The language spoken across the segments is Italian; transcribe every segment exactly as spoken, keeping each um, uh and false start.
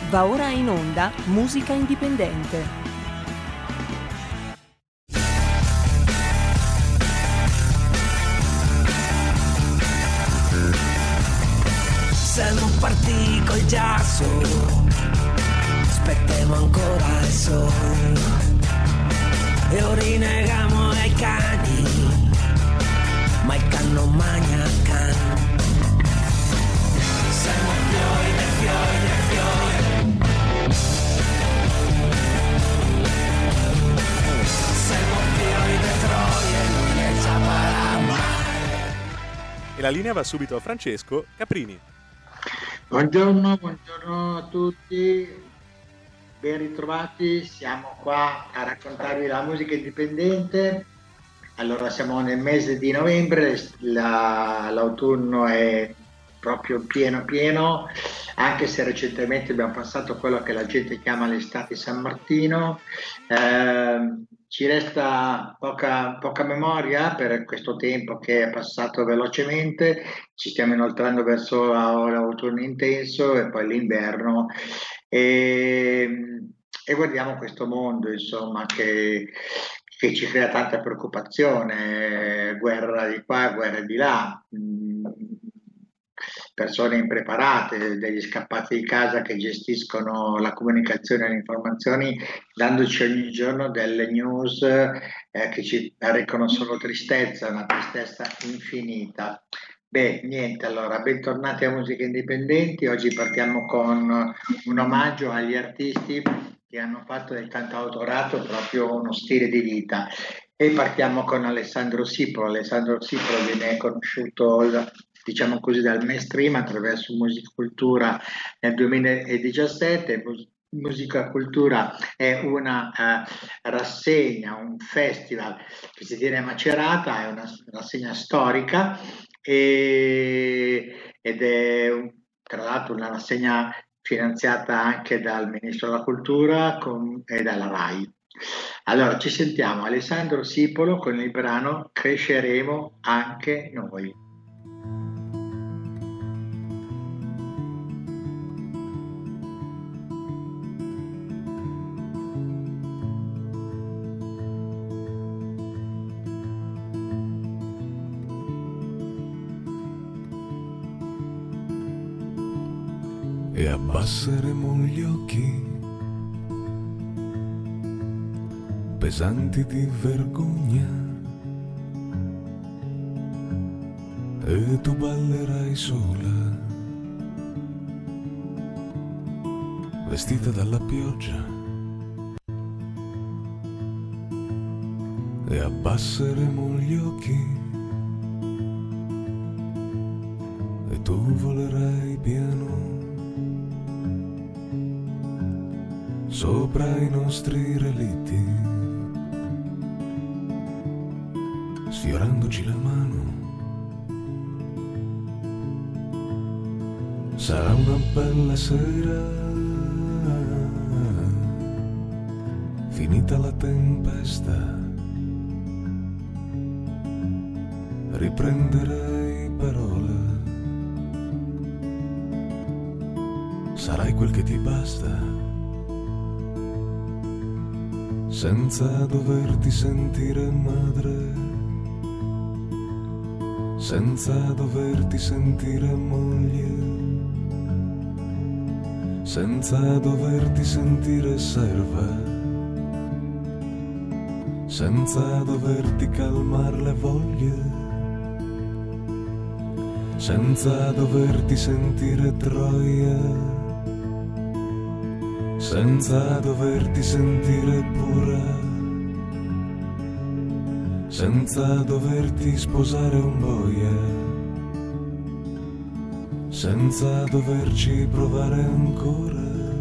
Va ora in onda Musica Indipendente. Siamo partiti col giasso, aspettiamo ancora il sole e ora rinnegamo ai cani, ma il can non magna can. Siamo fiori, ne fiori, ne fiori, siamo fiori di Troia e lui ne saprà mai. E la linea va subito a Francesco Caprini. Buongiorno, buongiorno a tutti, ben ritrovati, siamo qua a raccontarvi la musica indipendente. Allora, siamo nel mese di novembre, la, l'autunno è proprio pieno pieno, anche se recentemente abbiamo passato quello che la gente chiama l'estate San Martino. Eh, ci resta poca, poca memoria per questo tempo che è passato velocemente, ci stiamo inoltrando verso l'autunno intenso e poi l'inverno e, e guardiamo questo mondo, insomma, che, che ci crea tanta preoccupazione, guerra di qua, guerra di là, persone impreparate, degli scappati di casa che gestiscono la comunicazione e le informazioni dandoci ogni giorno delle news eh, che ci recano solo tristezza, una tristezza infinita. Beh, niente, allora, bentornati a Musica Indipendenti. Oggi partiamo con un omaggio agli artisti che hanno fatto del cantautorato proprio uno stile di vita. E partiamo con Alessandro Sipolo. Alessandro Sipolo viene conosciuto, diciamo così, dal mainstream attraverso Musica Cultura nel duemiladiciassette. Musica Cultura è una uh, rassegna, un festival che si tiene a Macerata, è una rassegna storica e, ed è un, tra l'altro una rassegna finanziata anche dal Ministro della Cultura con, e dalla RAI. Allora ci sentiamo Alessandro Sipolo con il brano Cresceremo anche noi. E abbasseremo gli occhi pesanti di vergogna e tu ballerai sola, vestita dalla pioggia, e abbasseremo gli occhi e tu volerai piano sopra i nostri relitti, sfiorandoci la mano. Sarà una bella sera, finita la tempesta, riprenderai parole, sarai quel che ti basta, senza doverti sentire madre, senza doverti sentire moglie, senza doverti sentire serva, senza doverti calmar le voglie, senza doverti sentire troia, senza doverti sentire pura, senza doverti sposare un boia, senza doverci provare ancora.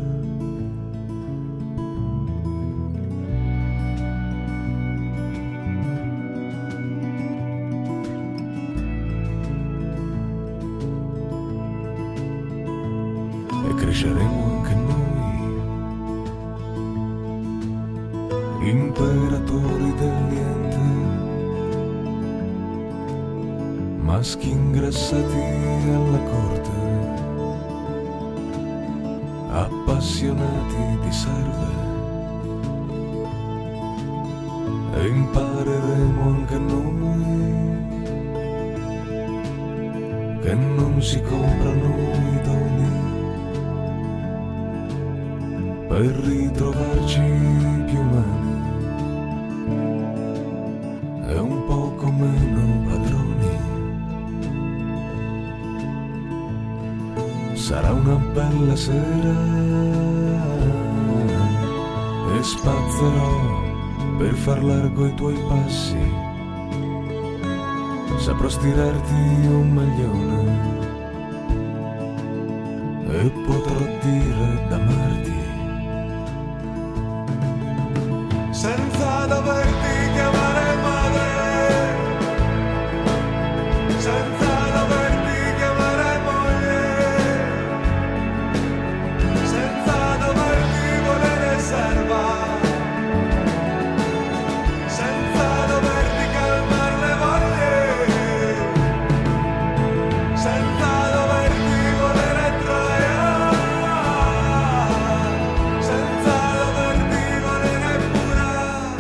E cresceremo anche noi, imperatori del niente, maschi ingrassati alla corte, appassionati di serve e impareremo anche noi che non si comprano i doni per ritrovarci più umani e un poco meno padroni. Sarà una bella sera e spazzerò per far largo i tuoi passi. Saprò stirarti un maglione e potrò dire d'amarti senza doverti chiamare madre, senza doverti chiamare moglie, senza doverti volere serva, senza doverti calmare le voglie, senza doverti volere troia, senza doverti volere pura.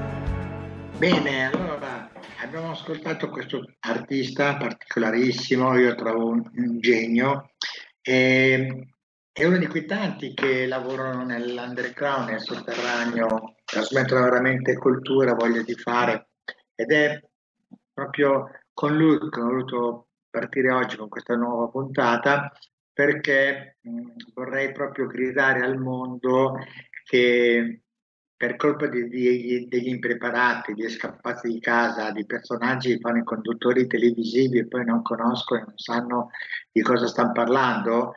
Bene, allora abbiamo ascoltato questo artista particolarissimo, io trovo un, un genio, e, è uno di quei tanti che lavorano nell'underground, nel sotterraneo, trasmettono veramente cultura, voglia di fare, ed è proprio con lui che ho voluto partire oggi con questa nuova puntata, perché mh, vorrei proprio gridare al mondo che per colpa di, di- degli impreparati, di scappati di casa, di personaggi che fanno i conduttori televisivi e poi non conoscono e non sanno di cosa stanno parlando,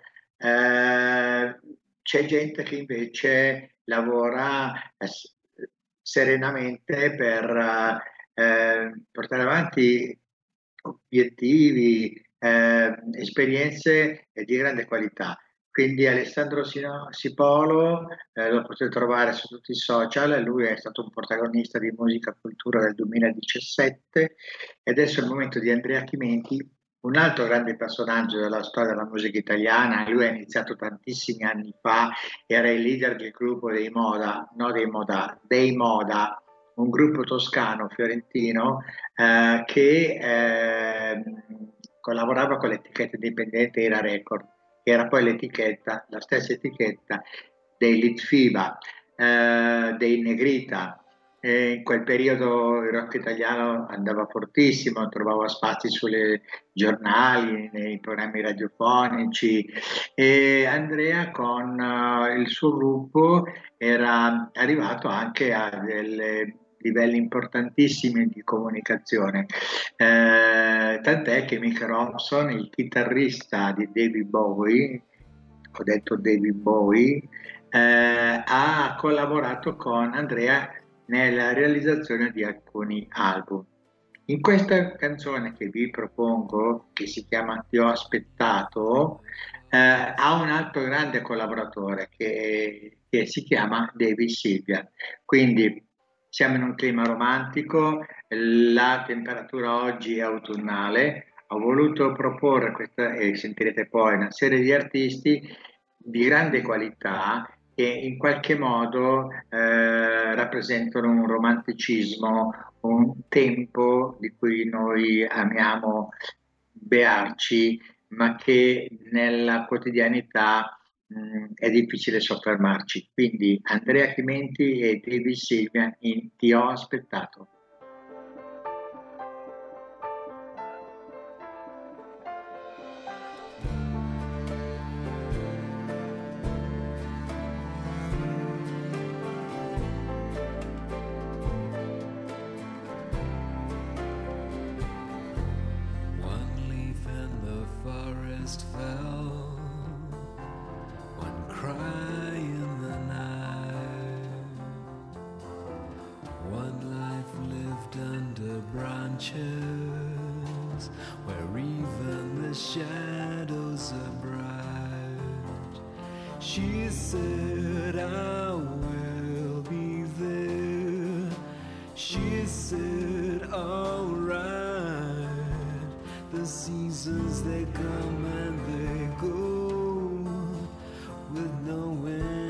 eh, c'è gente che invece lavora eh, s- serenamente per eh, portare avanti obiettivi, eh, esperienze di grande qualità. Quindi Alessandro Sino- Sipolo eh, lo potete trovare su tutti i social, lui è stato un protagonista di Musica Cultura del duemiladiciassette e adesso è il momento di Andrea Chimenti, un altro grande personaggio della storia della musica italiana. Lui ha iniziato tantissimi anni fa, era il leader del gruppo dei Moda, no dei Moda, dei Moda, un gruppo toscano, fiorentino, eh, che eh, collaborava con l'etichetta indipendente Era Record, che era poi l'etichetta, la stessa etichetta dei Litfiba, eh, dei Negrita. E in quel periodo il rock italiano andava fortissimo, trovava spazi sui giornali, nei programmi radiofonici, e Andrea con eh, il suo gruppo era arrivato anche a dei livelli importantissimi di comunicazione. Eh, tant'è che Mick Ronson, il chitarrista di David Bowie, ho detto David Bowie, eh, ha collaborato con Andrea nella realizzazione di alcuni album. In questa canzone che vi propongo, che si chiama Ti ho aspettato, eh, ha un altro grande collaboratore che, che si chiama David Sylvian. Quindi siamo in un clima romantico, la temperatura oggi è autunnale. Ho voluto proporre questa, e sentirete poi, una serie di artisti di grande qualità che in qualche modo eh, rappresentano un romanticismo, un tempo di cui noi amiamo bearci, ma che nella quotidianità mh, è difficile soffermarci. Quindi Andrea Chimenti e David Sylvian in Ti ho aspettato. One leaf in the forest fell, one cry in the night, one life lived under branches where even the shadows are bright. She said, I will be there. She said, all right. The seasons, they come and they go with no end.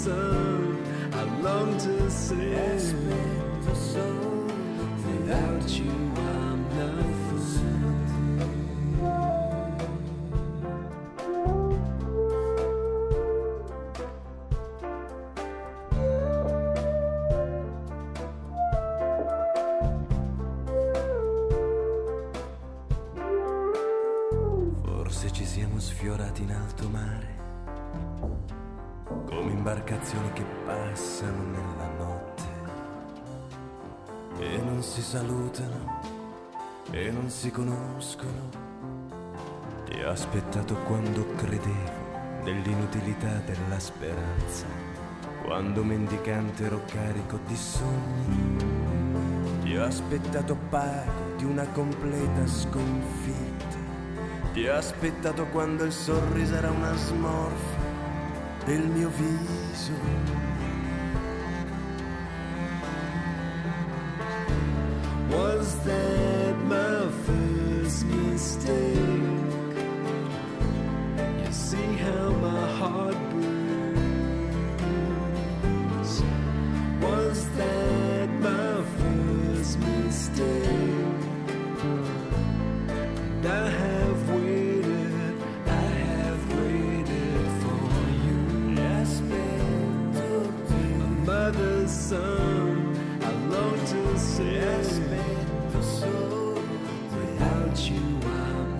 sun, I long to sing. Without you I'm nothing. Forse ci siamo sfiorati in alto mare, come imbarcazioni che passano nella notte e non si salutano e non si conoscono. Ti ho aspettato quando credevo nell'inutilità della speranza, quando mendicante ero carico di sogni. Ti ho aspettato pago di una completa sconfitta. Ti ho aspettato quando il sorriso era una smorfia del mio viso. Was that my first mistake? You see how my heart breaks. Was that my first mistake? I have waited, I have waited for you. A mother's son, I long to say. Without you I'm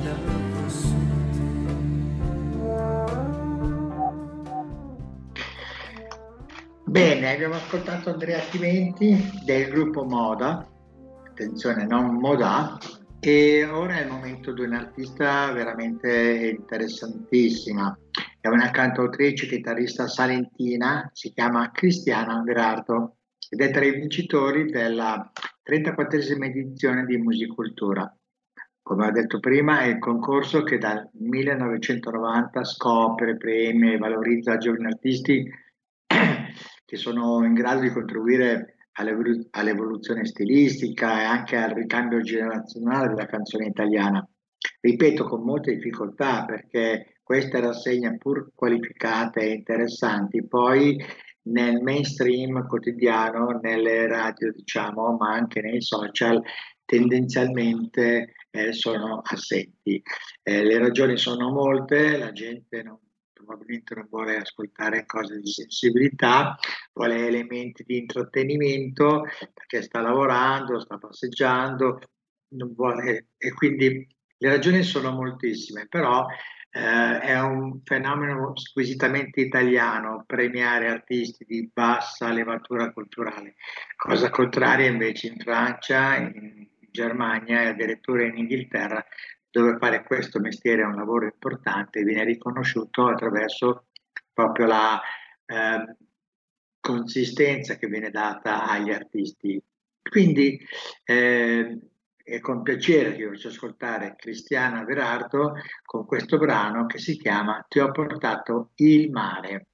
nothing. Bene, abbiamo ascoltato Andrea Chimenti del gruppo Moda, attenzione, non Moda, e ora è il momento di un'artista veramente interessantissima. È una cantautrice chitarrista salentina, si chiama Cristiana Verardo ed è tra i vincitori della trentaquattresima edizione di Musicultura. Come ho detto prima, è il concorso che dal millenovecentonovanta scopre, premia e valorizza giovani artisti che sono in grado di contribuire all'evoluzione stilistica e anche al ricambio generazionale della canzone italiana. Ripeto, con molte difficoltà, perché queste rassegne, pur qualificate e interessanti, poi nel mainstream quotidiano, nelle radio diciamo, ma anche nei social, tendenzialmente eh, sono assenti. Eh, le ragioni sono molte, la gente non, probabilmente non vuole ascoltare cose di sensibilità, vuole elementi di intrattenimento perché sta lavorando, sta passeggiando, non vuole, e quindi le ragioni sono moltissime, però eh, è un fenomeno squisitamente italiano premiare artisti di bassa levatura culturale, cosa contraria invece in Francia, in Germania e addirittura in Inghilterra, dove fare questo mestiere è un lavoro importante e viene riconosciuto attraverso proprio la eh, consistenza che viene data agli artisti. Quindi eh, è con piacere che vi faccio ascoltare Cristiana Verardo con questo brano che si chiama Ti ho portato il mare.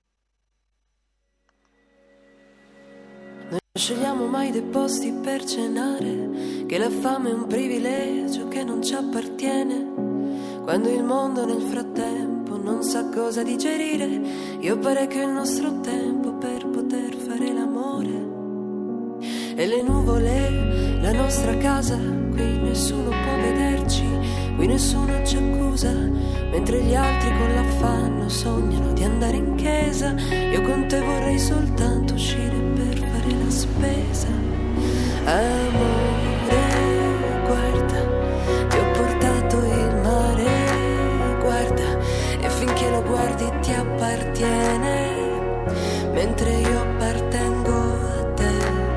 Non scegliamo mai dei posti per cenare, che la fame è un privilegio che non ci appartiene. Quando il mondo nel frattempo non sa cosa digerire, io parecchio il nostro tempo per poter fare l'amore. E le nuvole, la nostra casa, qui nessuno può vederci, qui nessuno ci accusa, mentre gli altri con l'affanno sognano di andare in chiesa. Io con te vorrei soltanto uscire per fare la spesa. Amore, guarda, ti ho portato il mare, guarda, e finché lo guardi ti appartiene, mentre io appartengo a te.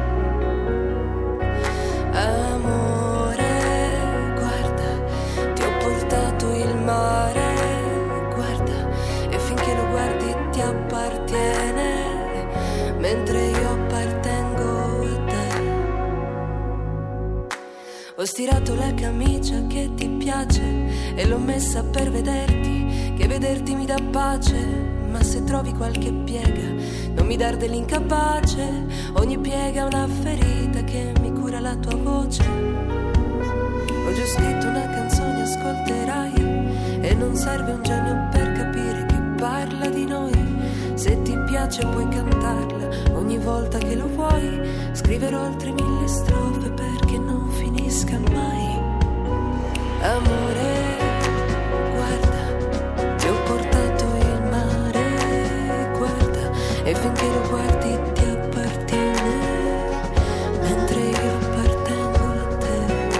Amore, guarda, ti ho portato il mare, guarda, e finché lo guardi ti appartiene, mentre io appartengo a te. Ho stirato la camicia che ti piace e l'ho messa per vederti, che vederti mi dà pace. Ma se trovi qualche piega, non mi dar dell'incapace. Ogni piega è una ferita che mi cura la tua voce. Ho già scritto una canzone, ascolterai, e non serve un genio per capire che parla di noi. Se ti piace piace puoi cantarla ogni volta che lo vuoi. Scriverò altre mille strofe perché non finisca mai. Amore, guarda, ti ho portato il mare, guarda, e finché lo guardi ti appartiene, mentre io appartengo a te.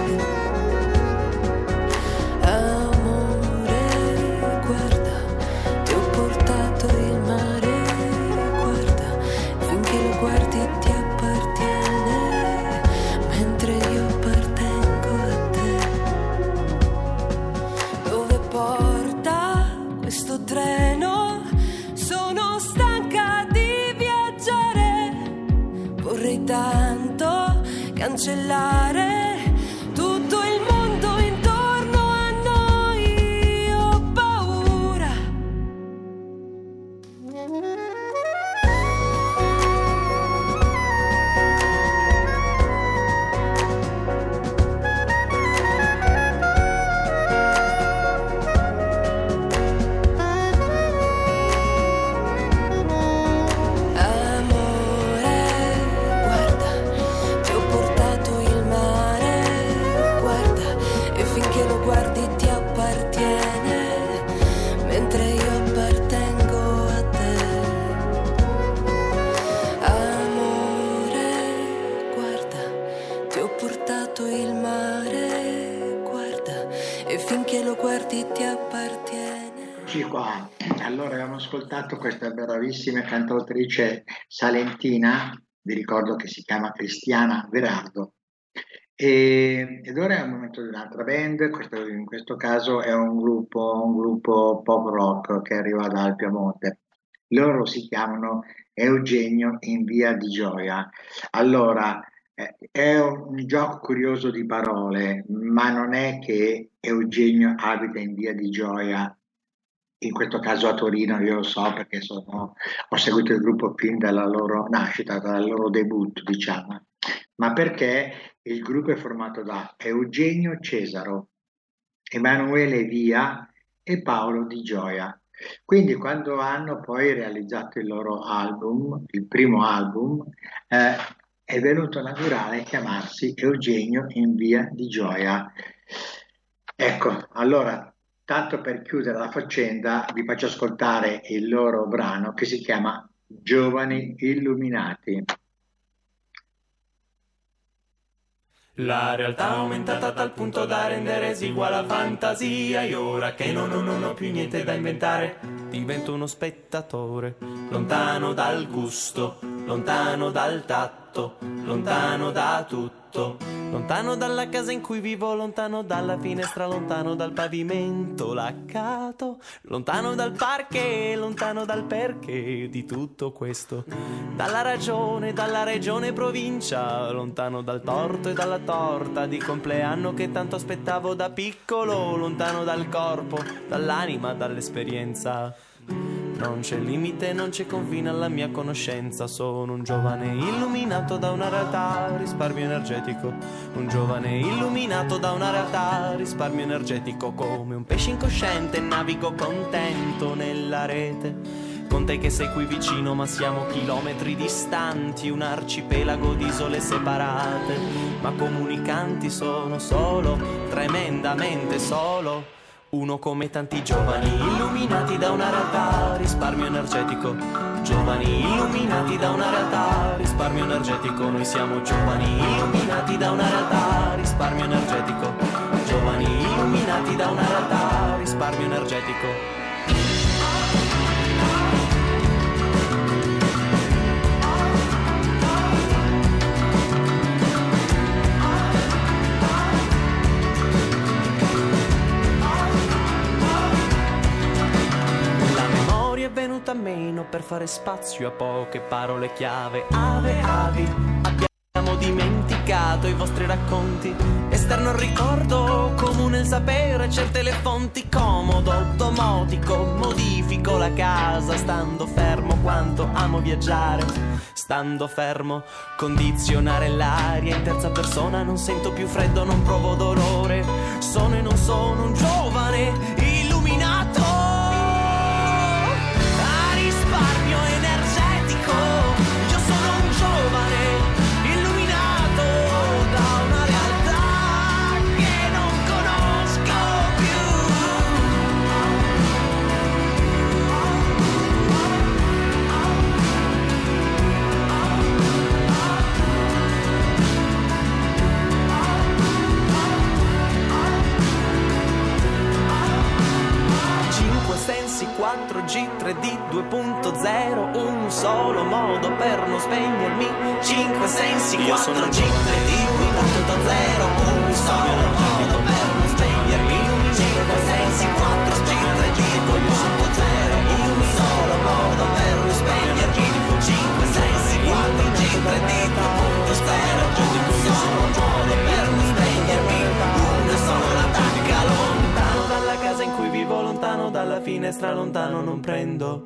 Amore, guarda, ti ho portato il mare, guarda, finché lo guardi ti appartiene, mentre io appartengo a te. Dove porta questo treno? Sono stanca di viaggiare, vorrei tanto cancellare tutto il mondo intorno a noi, ho paura. Amore, guarda, ti ho portato il mare, guarda, e finché lo guardi ti appartiene, mentre io appartengo a te. Amore, guarda, ti ho portato il mare, guarda, e finché lo guardi ti appartiene. Eccoci qua. Allora abbiamo ascoltato questa bravissima cantautrice salentina, vi ricordo che si chiama Cristiana Verardo, e, ed ora è il momento di un'altra band. Questo, in questo caso è un gruppo, un gruppo pop rock che arriva dal Piemonte. Loro si chiamano Eugenio in Via di Gioia. Allora, eh, è un, un gioco curioso di parole, ma non è che Eugenio abita in Via di Gioia, in questo caso a Torino, io lo so perché sono, ho seguito il gruppo fin dalla loro nascita, dal loro debutto, diciamo, ma perché il gruppo è formato da Eugenio Cesaro, Emanuele Via e Paolo Di Gioia. Quindi quando hanno poi realizzato il loro album, il primo album, eh, è venuto naturale chiamarsi Eugenio in Via di Gioia. Ecco, allora, tanto per chiudere la faccenda, vi faccio ascoltare il loro brano che si chiama Giovani Illuminati. La realtà è aumentata a tal punto da rendere esigua la fantasia, e ora che non, non, non ho più niente da inventare, divento uno spettatore, lontano dal gusto, lontano dal tatto, lontano da tutto, lontano dalla casa in cui vivo, lontano dalla finestra, lontano dal pavimento laccato, lontano dal parquet, lontano dal perché di tutto questo, dalla ragione, dalla regione provincia, lontano dal torto e dalla torta di compleanno che tanto aspettavo da piccolo, lontano dal corpo, dall'anima, dall'esperienza. Non c'è limite, non c'è confine alla mia conoscenza. Sono un giovane illuminato da una realtà, risparmio energetico. Un giovane illuminato da una realtà, risparmio energetico. Come un pesce incosciente navigo contento nella rete, con te che sei qui vicino ma siamo chilometri distanti. Un arcipelago di isole separate, ma comunicanti. Sono solo, tremendamente solo, uno come tanti giovani illuminati da una realtà, risparmio energetico. Giovani illuminati da una realtà, risparmio energetico. Noi siamo giovani illuminati da una realtà, risparmio energetico. Giovani illuminati da una realtà, risparmio energetico. È venuta meno per fare spazio a poche parole chiave. Ave, avi, abbiamo dimenticato i vostri racconti. Esterno il ricordo, comune il sapere, certe le fonti. Comodo, domotico, modifico la casa, stando fermo quanto amo viaggiare. Stando fermo, condizionare l'aria in terza persona. Non sento più freddo, non provo dolore. Sono e non sono un giovane illuminato. Risparmio energetico. quattro G, tre D, due punto zero, un solo modo per non spegnermi, cinque sensi, quattro G, tre D, due punto zero, un solo modo per non spegnermi, cinque sensi, quattro G, tre D, due punto zero, un solo modo per non spegnermi, cinque sensi, quattro G, tre D, due punto zero, un solo modo per non spegnermi, una sola tacca, lontano dalla casa in cui vivo, lontano dalla finestra, lontano non prendo.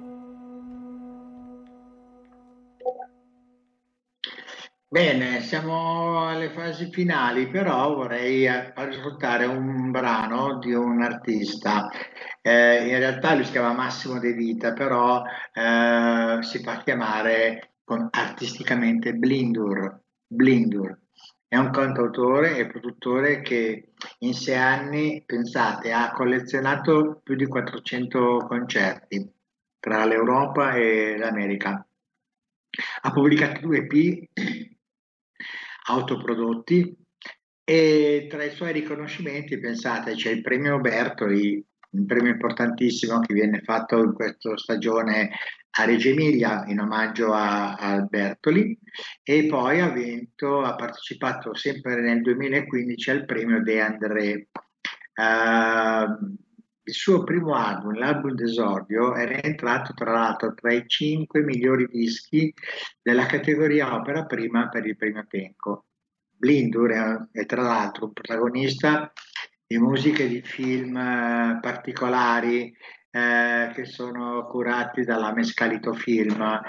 Bene, siamo alle fasi finali, però vorrei far ascoltare un brano di un artista. Eh, in realtà lui si chiama Massimo De Vita, però eh, si fa chiamare con, artisticamente Blindur. Blindur. È un cantautore e produttore che in sei anni, pensate, ha collezionato più di quattrocento concerti tra l'Europa e l'America. Ha pubblicato due E P autoprodotti e tra i suoi riconoscimenti, pensate, c'è il premio Bertoli, un premio importantissimo che viene fatto in questa stagione a Reggio Emilia in omaggio a, a Bertoli, e poi ha vinto, ha partecipato sempre nel duemilaquindici al premio De André. Uh, il suo primo album, l'album d'esordio, era entrato tra l'altro tra i cinque migliori dischi della categoria opera prima per il premio Tenco. Blindur è, è tra l'altro un protagonista di musiche di film eh, particolari eh, che sono curati dalla Mescalito Film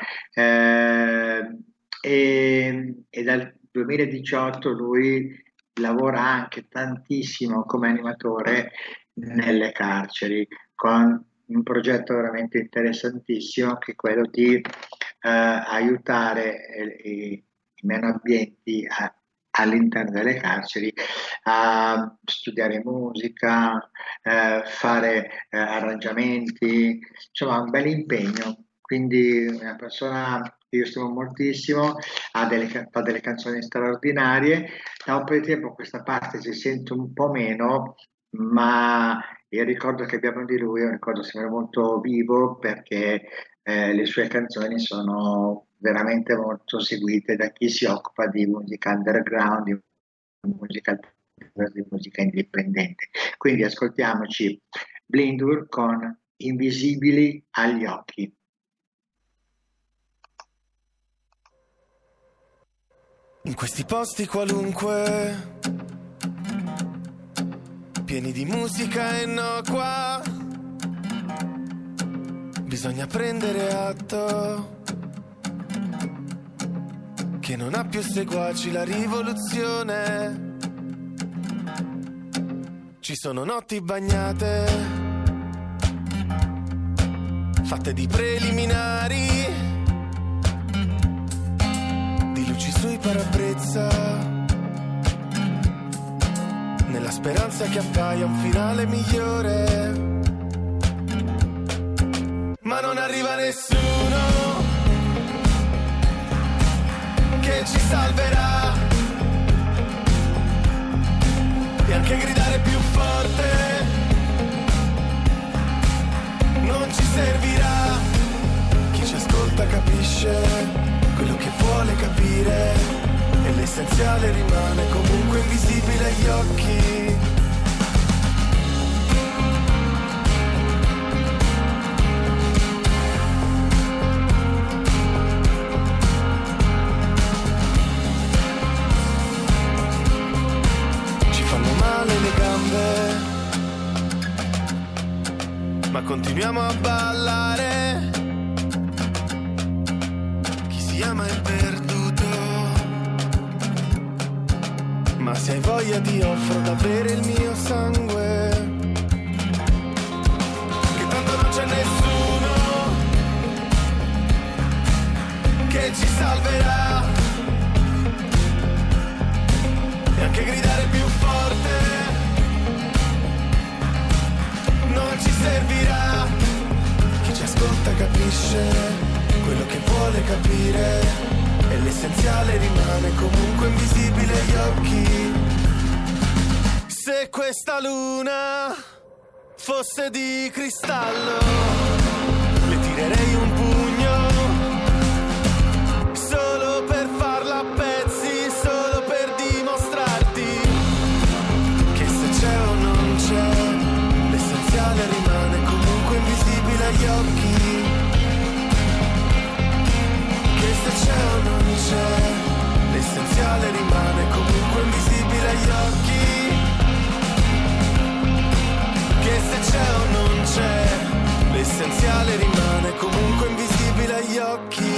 eh, e, e dal duemiladiciotto lui lavora anche tantissimo come animatore nelle carceri, con un progetto veramente interessantissimo che è quello di eh, aiutare i, i meno abbienti a, all'interno delle carceri a studiare musica, eh, fare eh, arrangiamenti, insomma un bel impegno. Quindi una persona che io stimo moltissimo, ha delle, fa delle canzoni straordinarie. Da un po' di tempo a questa parte si sente un po' meno, ma il ricordo che abbiamo di lui è un ricordo sempre molto vivo, perché eh, le sue canzoni sono veramente molto seguite da chi si occupa di musica underground, di musica, di musica indipendente. Quindi ascoltiamoci Blindur con Invisibili agli occhi. In questi posti qualunque, pieni di musica innocua, bisogna prendere atto che non ha più seguaci la rivoluzione. Ci sono notti bagnate, fatte di preliminari, di luci sui parabrezza, nella speranza che appaia un finale migliore. Ma non arriva nessuno che ci salverà, e anche gridare più forte non ci servirà. Chi ci ascolta capisce quello che vuole capire, e l'essenziale rimane comunque invisibile agli occhi. Ci fanno male le gambe, ma continuiamo a ballare. Chi si ama è perduto, ma se hai voglia ti offro da bere il mio sangue, che tanto non c'è nessuno che ci salverà, e anche gridare più forte non ci servirà. Chi ci ascolta capisce quello che vuole capire, e l'essenziale rimane comunque invisibile agli occhi. Se questa luna fosse di cristallo, l'essenziale rimane comunque invisibile agli occhi.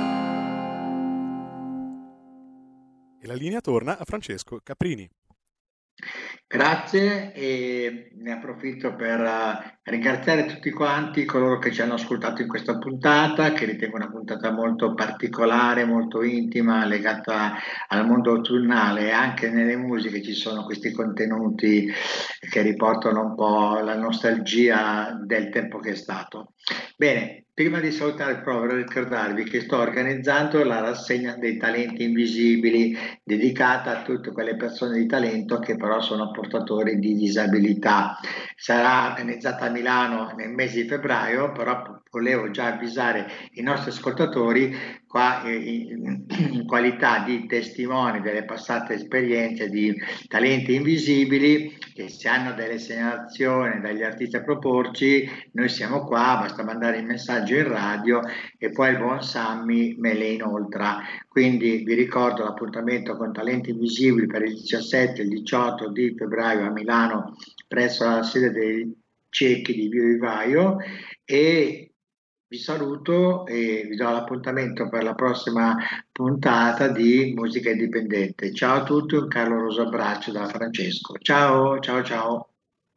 E la linea torna a Francesco Caprini. Grazie, e ne approfitto per uh, ringraziare tutti quanti coloro che ci hanno ascoltato in questa puntata, che ritengo una puntata molto particolare, molto intima, legata al mondo autunnale. Anche nelle musiche ci sono questi contenuti che riportano un po' la nostalgia del tempo che è stato. Bene, prima di salutare provo a ricordarvi che sto organizzando la rassegna dei talenti invisibili, dedicata a tutte quelle persone di talento che però sono portatori di disabilità. Sarà organizzata a Milano nel mese di febbraio, però volevo già avvisare i nostri ascoltatori qua in, in qualità di testimoni delle passate esperienze di talenti invisibili, che se hanno delle segnalazioni dagli artisti a proporci, noi siamo qua, basta mandare il messaggio in radio e poi il buon Sammy me le inoltra. Quindi vi ricordo l'appuntamento con Talenti Invisibili per il diciassette e il diciotto di febbraio a Milano presso la sede dei Ciechi di Via Vivaio, e vi saluto e vi do l'appuntamento per la prossima puntata di Musica Indipendente. Ciao a tutti, un caloroso abbraccio da Francesco. Ciao, ciao, ciao.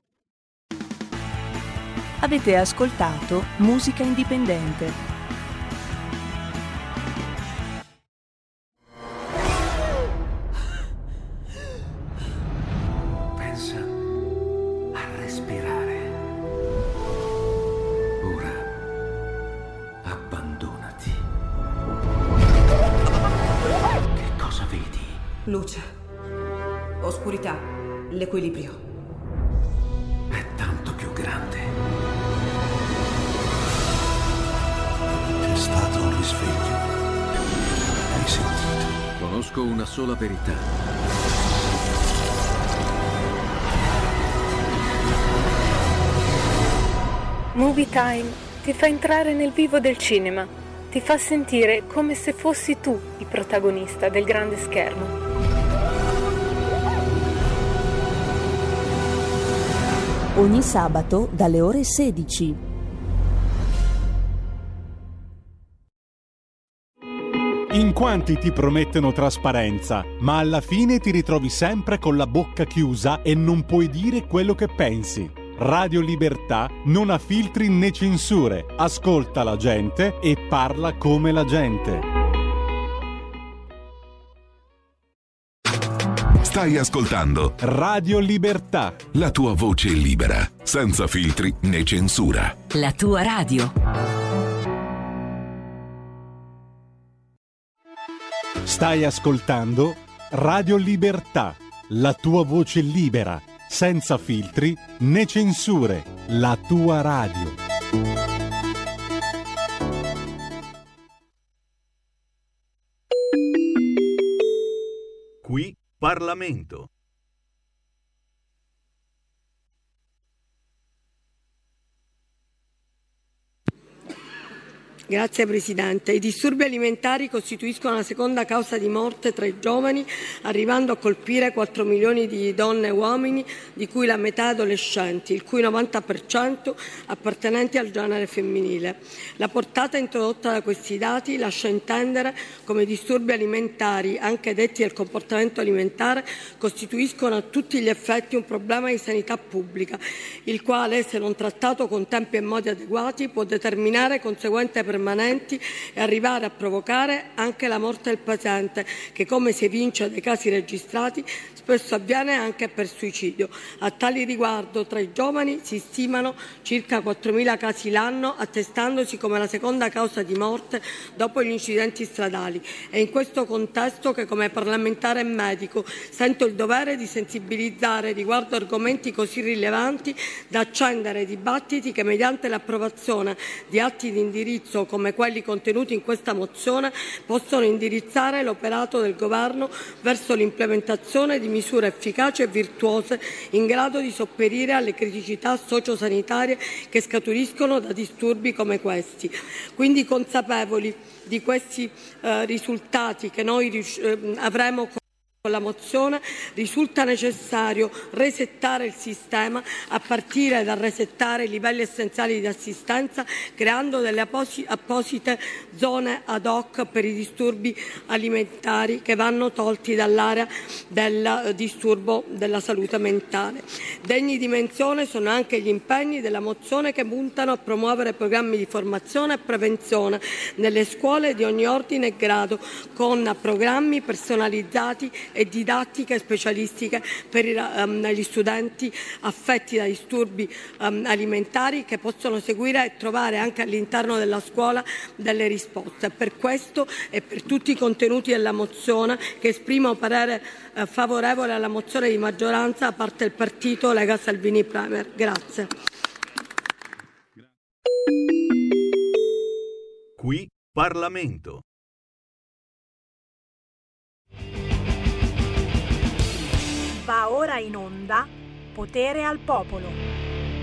Avete ascoltato Musica Indipendente. Pensa a respirare. Ora abbandonati. Che cosa vedi? Luce, oscurità, l'equilibrio. È tanto più grande. C'è stato un risveglio. Hai sentito? Conosco una sola verità. Movie Time ti fa entrare nel vivo del cinema, ti fa sentire come se fossi tu il protagonista del grande schermo. Ogni sabato dalle ore sedici. In quanti ti promettono trasparenza, ma alla fine ti ritrovi sempre con la bocca chiusa e non puoi dire quello che pensi. Radio Libertà non ha filtri né censure, ascolta la gente e parla come la gente. Stai ascoltando Radio Libertà, la tua voce libera, senza filtri né censura. La tua radio. Stai ascoltando Radio Libertà, la tua voce libera, senza filtri né censure, la tua radio. Qui Parlamento. Grazie Presidente. I disturbi alimentari costituiscono la seconda causa di morte tra i giovani, arrivando a colpire quattro milioni di donne e uomini, di cui la metà adolescenti, il cui novanta per cento appartenenti al genere femminile. La portata introdotta da questi dati lascia intendere come i disturbi alimentari, anche detti del comportamento alimentare, costituiscono a tutti gli effetti un problema di sanità pubblica, il quale, se non trattato con tempi e modi adeguati, può determinare conseguenze permanenti permanenti e arrivare a provocare anche la morte del paziente, che, come si evince dai casi registrati, spesso avviene anche per suicidio. A tali riguardo, tra i giovani si stimano circa quattromila casi l'anno, attestandosi come la seconda causa di morte dopo gli incidenti stradali. È in questo contesto che, come parlamentare e medico, sento il dovere di sensibilizzare riguardo argomenti così rilevanti da accendere dibattiti che, mediante l'approvazione di atti di indirizzo come quelli contenuti in questa mozione, possono indirizzare l'operato del Governo verso l'implementazione di misure efficaci e virtuose in grado di sopperire alle criticità sociosanitarie che scaturiscono da disturbi come questi. Quindi, consapevoli di questi eh, risultati che noi eh, avremo Con la mozione risulta necessario resettare il sistema a partire dal resettare i livelli essenziali di assistenza, creando delle apposi- apposite zone ad hoc per i disturbi alimentari che vanno tolti dall'area del disturbo della salute mentale. Degni di menzione sono anche gli impegni della mozione che puntano a promuovere programmi di formazione e prevenzione nelle scuole di ogni ordine e grado, con programmi personalizzati e didattiche specialistiche per i, um, gli studenti affetti da disturbi um, alimentari, che possono seguire e trovare anche all'interno della scuola delle risposte. Per questo e per tutti i contenuti della mozione che esprimo parere eh, favorevole alla mozione di maggioranza da parte del partito Lega Salvini Premier. Grazie. Qui Parlamento. Va ora in onda Potere al Popolo.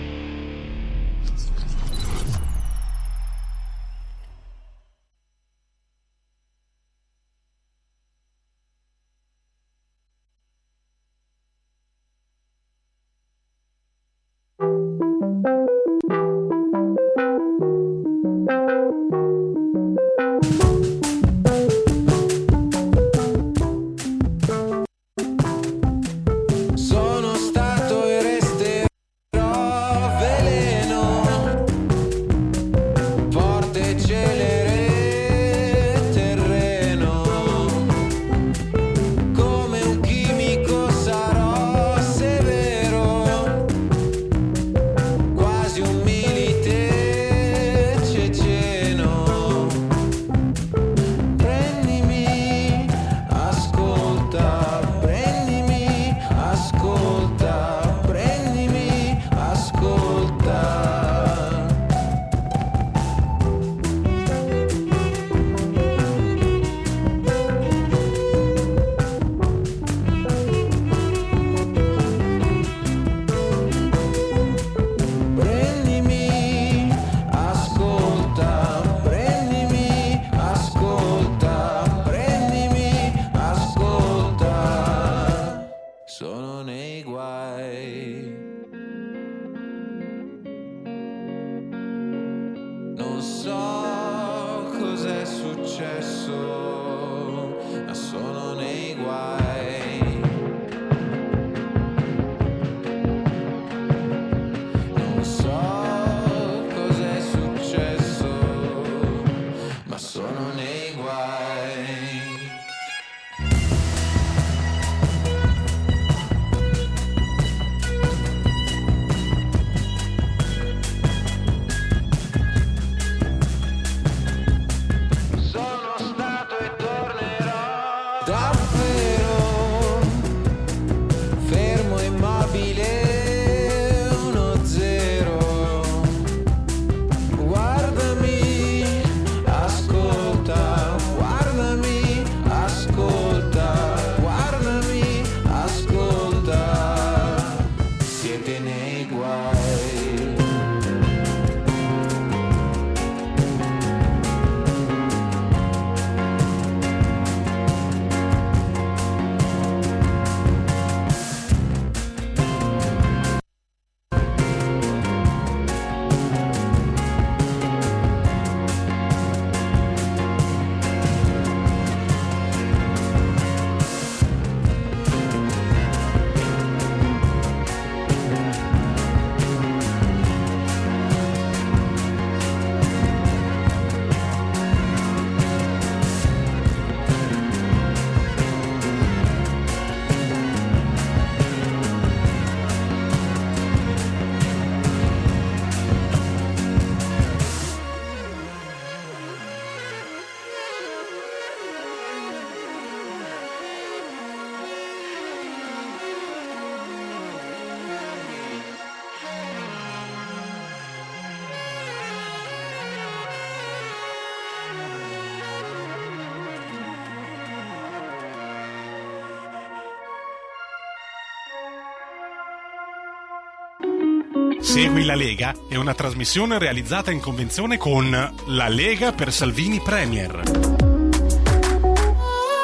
Segui la Lega è una trasmissione realizzata in convenzione con La Lega per Salvini Premier.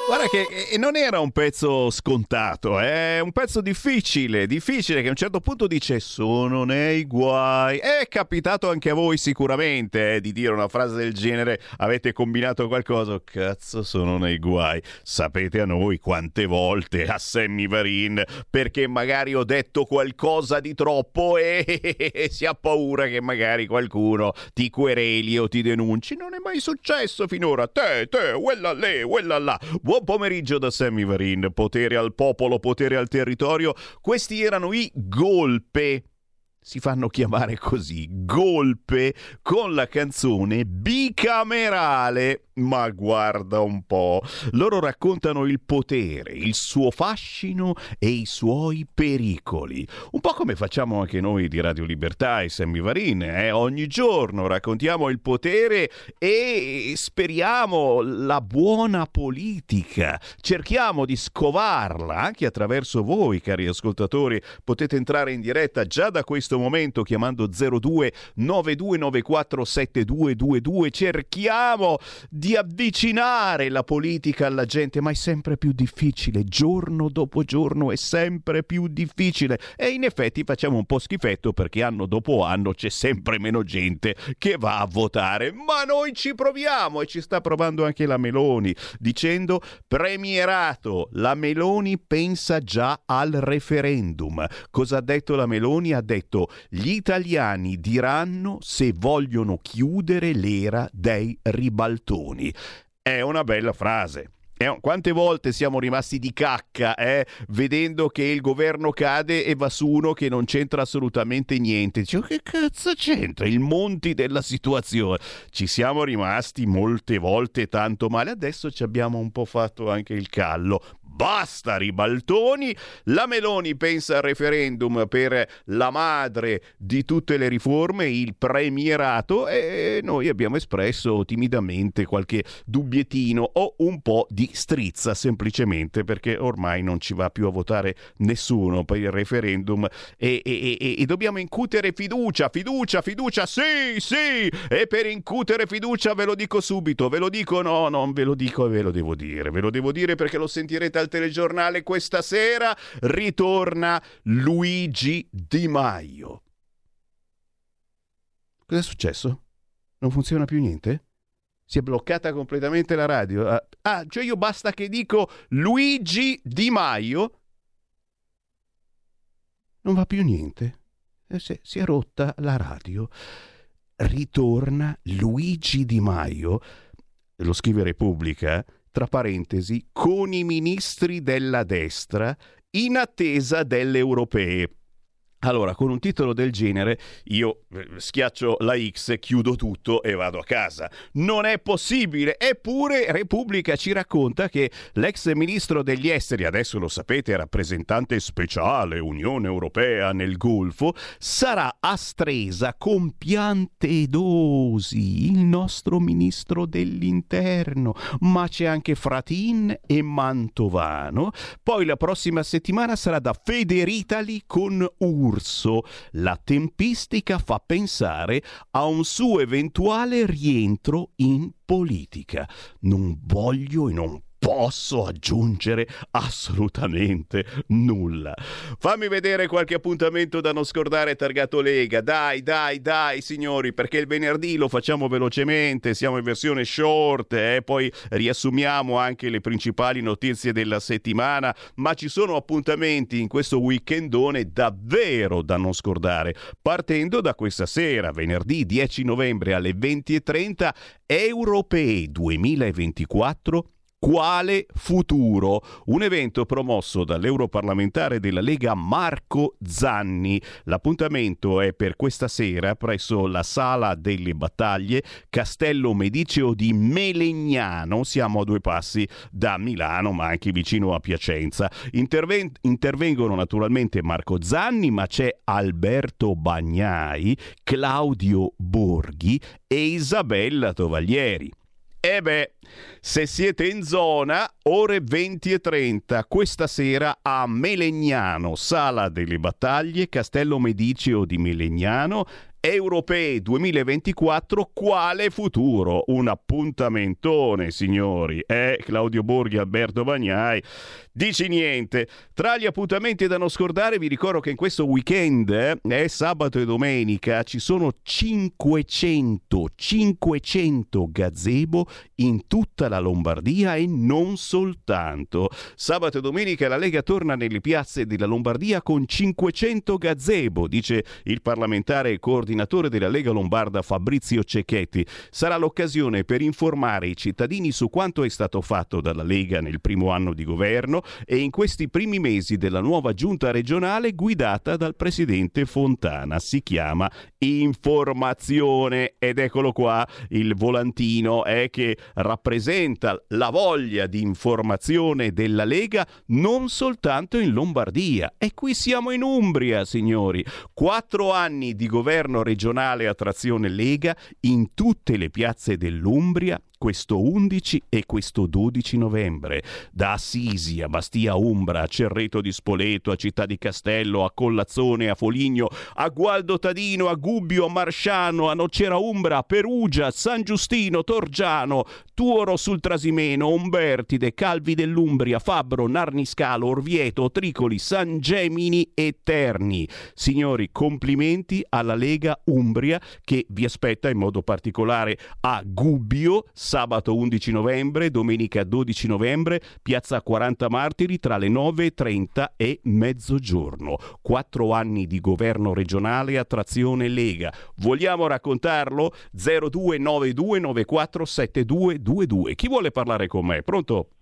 Guarda che eh, non era un pezzo scontato, è eh? un pezzo difficile, difficile che a un certo punto dice sono nei guai. È capitato anche a voi sicuramente eh, di dire una frase del genere, avete combinato qualcosa, cazzo sono nei guai. Sapete a noi quante volte a Sammy Varin perché magari ho detto qualcosa di troppo e, e, e, e si ha paura che magari qualcuno ti quereli o ti denunci. Non è mai successo finora. Te, te, quella lì, quella là. Buon pomeriggio da Sammy Varin. Potere al popolo, potere al territorio. Questi erano i Golpe. Si fanno chiamare così, Golpe, con la canzone Bicamerale. Ma guarda un po', loro raccontano il potere, il suo fascino e i suoi pericoli. Un po' come facciamo anche noi di Radio Libertà e Sammy Varin, eh? Ogni giorno raccontiamo il potere e speriamo la buona politica. Cerchiamo di scovarla anche attraverso voi, cari ascoltatori. Potete entrare in diretta già da questo momento chiamando zero due nove due nove quattro sette due due due. Cerchiamo di avvicinare la politica alla gente, ma è sempre più difficile, giorno dopo giorno è sempre più difficile e in effetti facciamo un po' schifetto perché anno dopo anno c'è sempre meno gente che va a votare, ma noi ci proviamo e ci sta provando anche la Meloni dicendo premierato, la Meloni pensa già al referendum. Cosa ha detto la Meloni? Ha detto gli italiani diranno se vogliono chiudere l'era dei ribaltoni. È una bella frase. Eh, quante volte siamo rimasti di cacca eh, vedendo che il governo cade e va su uno che non c'entra assolutamente niente. Dice, che cazzo c'entra il Monti della situazione? Ci siamo rimasti molte volte tanto male, adesso ci abbiamo un po' fatto anche il callo. Basta ribaltoni, la Meloni pensa al referendum per la madre di tutte le riforme, il premierato, e noi abbiamo espresso timidamente qualche dubbiettino o un po' di strizza semplicemente perché ormai non ci va più a votare nessuno per il referendum e, e, e, e dobbiamo incutere fiducia, fiducia, fiducia, sì, sì, e per incutere fiducia ve lo dico subito, ve lo dico, no, non ve lo dico e ve lo devo dire, ve lo devo dire perché lo sentirete al telegiornale questa sera, ritorna Luigi Di Maio. Cosa è successo? Non funziona più niente? Si è bloccata completamente la radio? Ah, cioè io basta che dico Luigi Di Maio? Non va più niente? Si è rotta la radio. Ritorna Luigi Di Maio, lo scrive Repubblica, tra parentesi, con i ministri della destra in attesa delle europee. Allora, con un titolo del genere io schiaccio la X, chiudo tutto e vado a casa. Non è possibile. Eppure Repubblica ci racconta che l'ex ministro degli esteri, adesso lo sapete, rappresentante speciale Unione Europea nel Golfo, sarà a Stresa con Piantedosi, il nostro ministro dell'interno. Ma c'è anche Fratin e Mantovano. Poi la prossima settimana sarà da Federitali con Urso. La tempistica fa pensare a un suo eventuale rientro in politica. Non voglio e non posso aggiungere assolutamente nulla. Fammi vedere qualche appuntamento da non scordare targato Lega. Dai, dai, dai, signori, perché il venerdì lo facciamo velocemente, siamo in versione short e eh? Poi riassumiamo anche le principali notizie della settimana, ma ci sono appuntamenti in questo weekendone davvero da non scordare. Partendo da questa sera, venerdì dieci novembre alle venti e trenta, Europei duemilaventiquattro. Quale futuro? Un evento promosso dall'europarlamentare della Lega Marco Zanni. L'appuntamento è per questa sera presso la Sala delle Battaglie, Castello Mediceo di Melegnano. Siamo a due passi da Milano, ma anche vicino a Piacenza. Interven- intervengono naturalmente Marco Zanni, ma c'è Alberto Bagnai, Claudio Borghi e Isabella Tovaglieri. E beh, se siete in zona, ore venti e trenta, questa sera a Melegnano, Sala delle Battaglie, Castello Mediceo di Melegnano, Europee duemilaventiquattro, quale futuro? Un appuntamentone, signori. Eh, Claudio Borghi, Alberto Bagnai, dici niente. Tra gli appuntamenti da non scordare vi ricordo che in questo weekend, eh, è sabato e domenica, ci sono cinquecento gazebo in tutta la Lombardia e non soltanto. Sabato e domenica la Lega torna nelle piazze della Lombardia con cinquecento gazebo, dice il parlamentare e coordinatore della Lega Lombarda Fabrizio Cecchetti. Sarà l'occasione per informare i cittadini su quanto è stato fatto dalla Lega nel primo anno di governo e in questi primi mesi della nuova giunta regionale guidata dal presidente Fontana. Si chiama informazione ed eccolo qua il volantino è che rappresenta la voglia di informazione della Lega non soltanto in Lombardia. E qui siamo in Umbria, signori. Quattro anni di governo regionale a trazione Lega in tutte le piazze dell'Umbria questo undici e questo dodici novembre. Da Assisi a Bastia Umbra, a Cerreto di Spoleto, a Città di Castello, a Collazzone, a Foligno, a Gualdo Tadino, a Gubbio, a Marsciano, a Nocera Umbra, a Perugia, San Giustino, Torgiano, Tuoro sul Trasimeno, Umbertide, Calvi dell'Umbria, Fabbro, Narniscalo, Orvieto, Tricoli, San Gemini e Terni. Signori, complimenti alla Lega Umbria che vi aspetta in modo particolare a Gubbio, sabato undici novembre, domenica dodici novembre, piazza quaranta Martiri tra le nove e trenta e mezzogiorno. Quattro anni di governo regionale a trazione Lega. Vogliamo raccontarlo? zero due nove due nove quattro sette due due due. Chi vuole parlare con me? Pronto?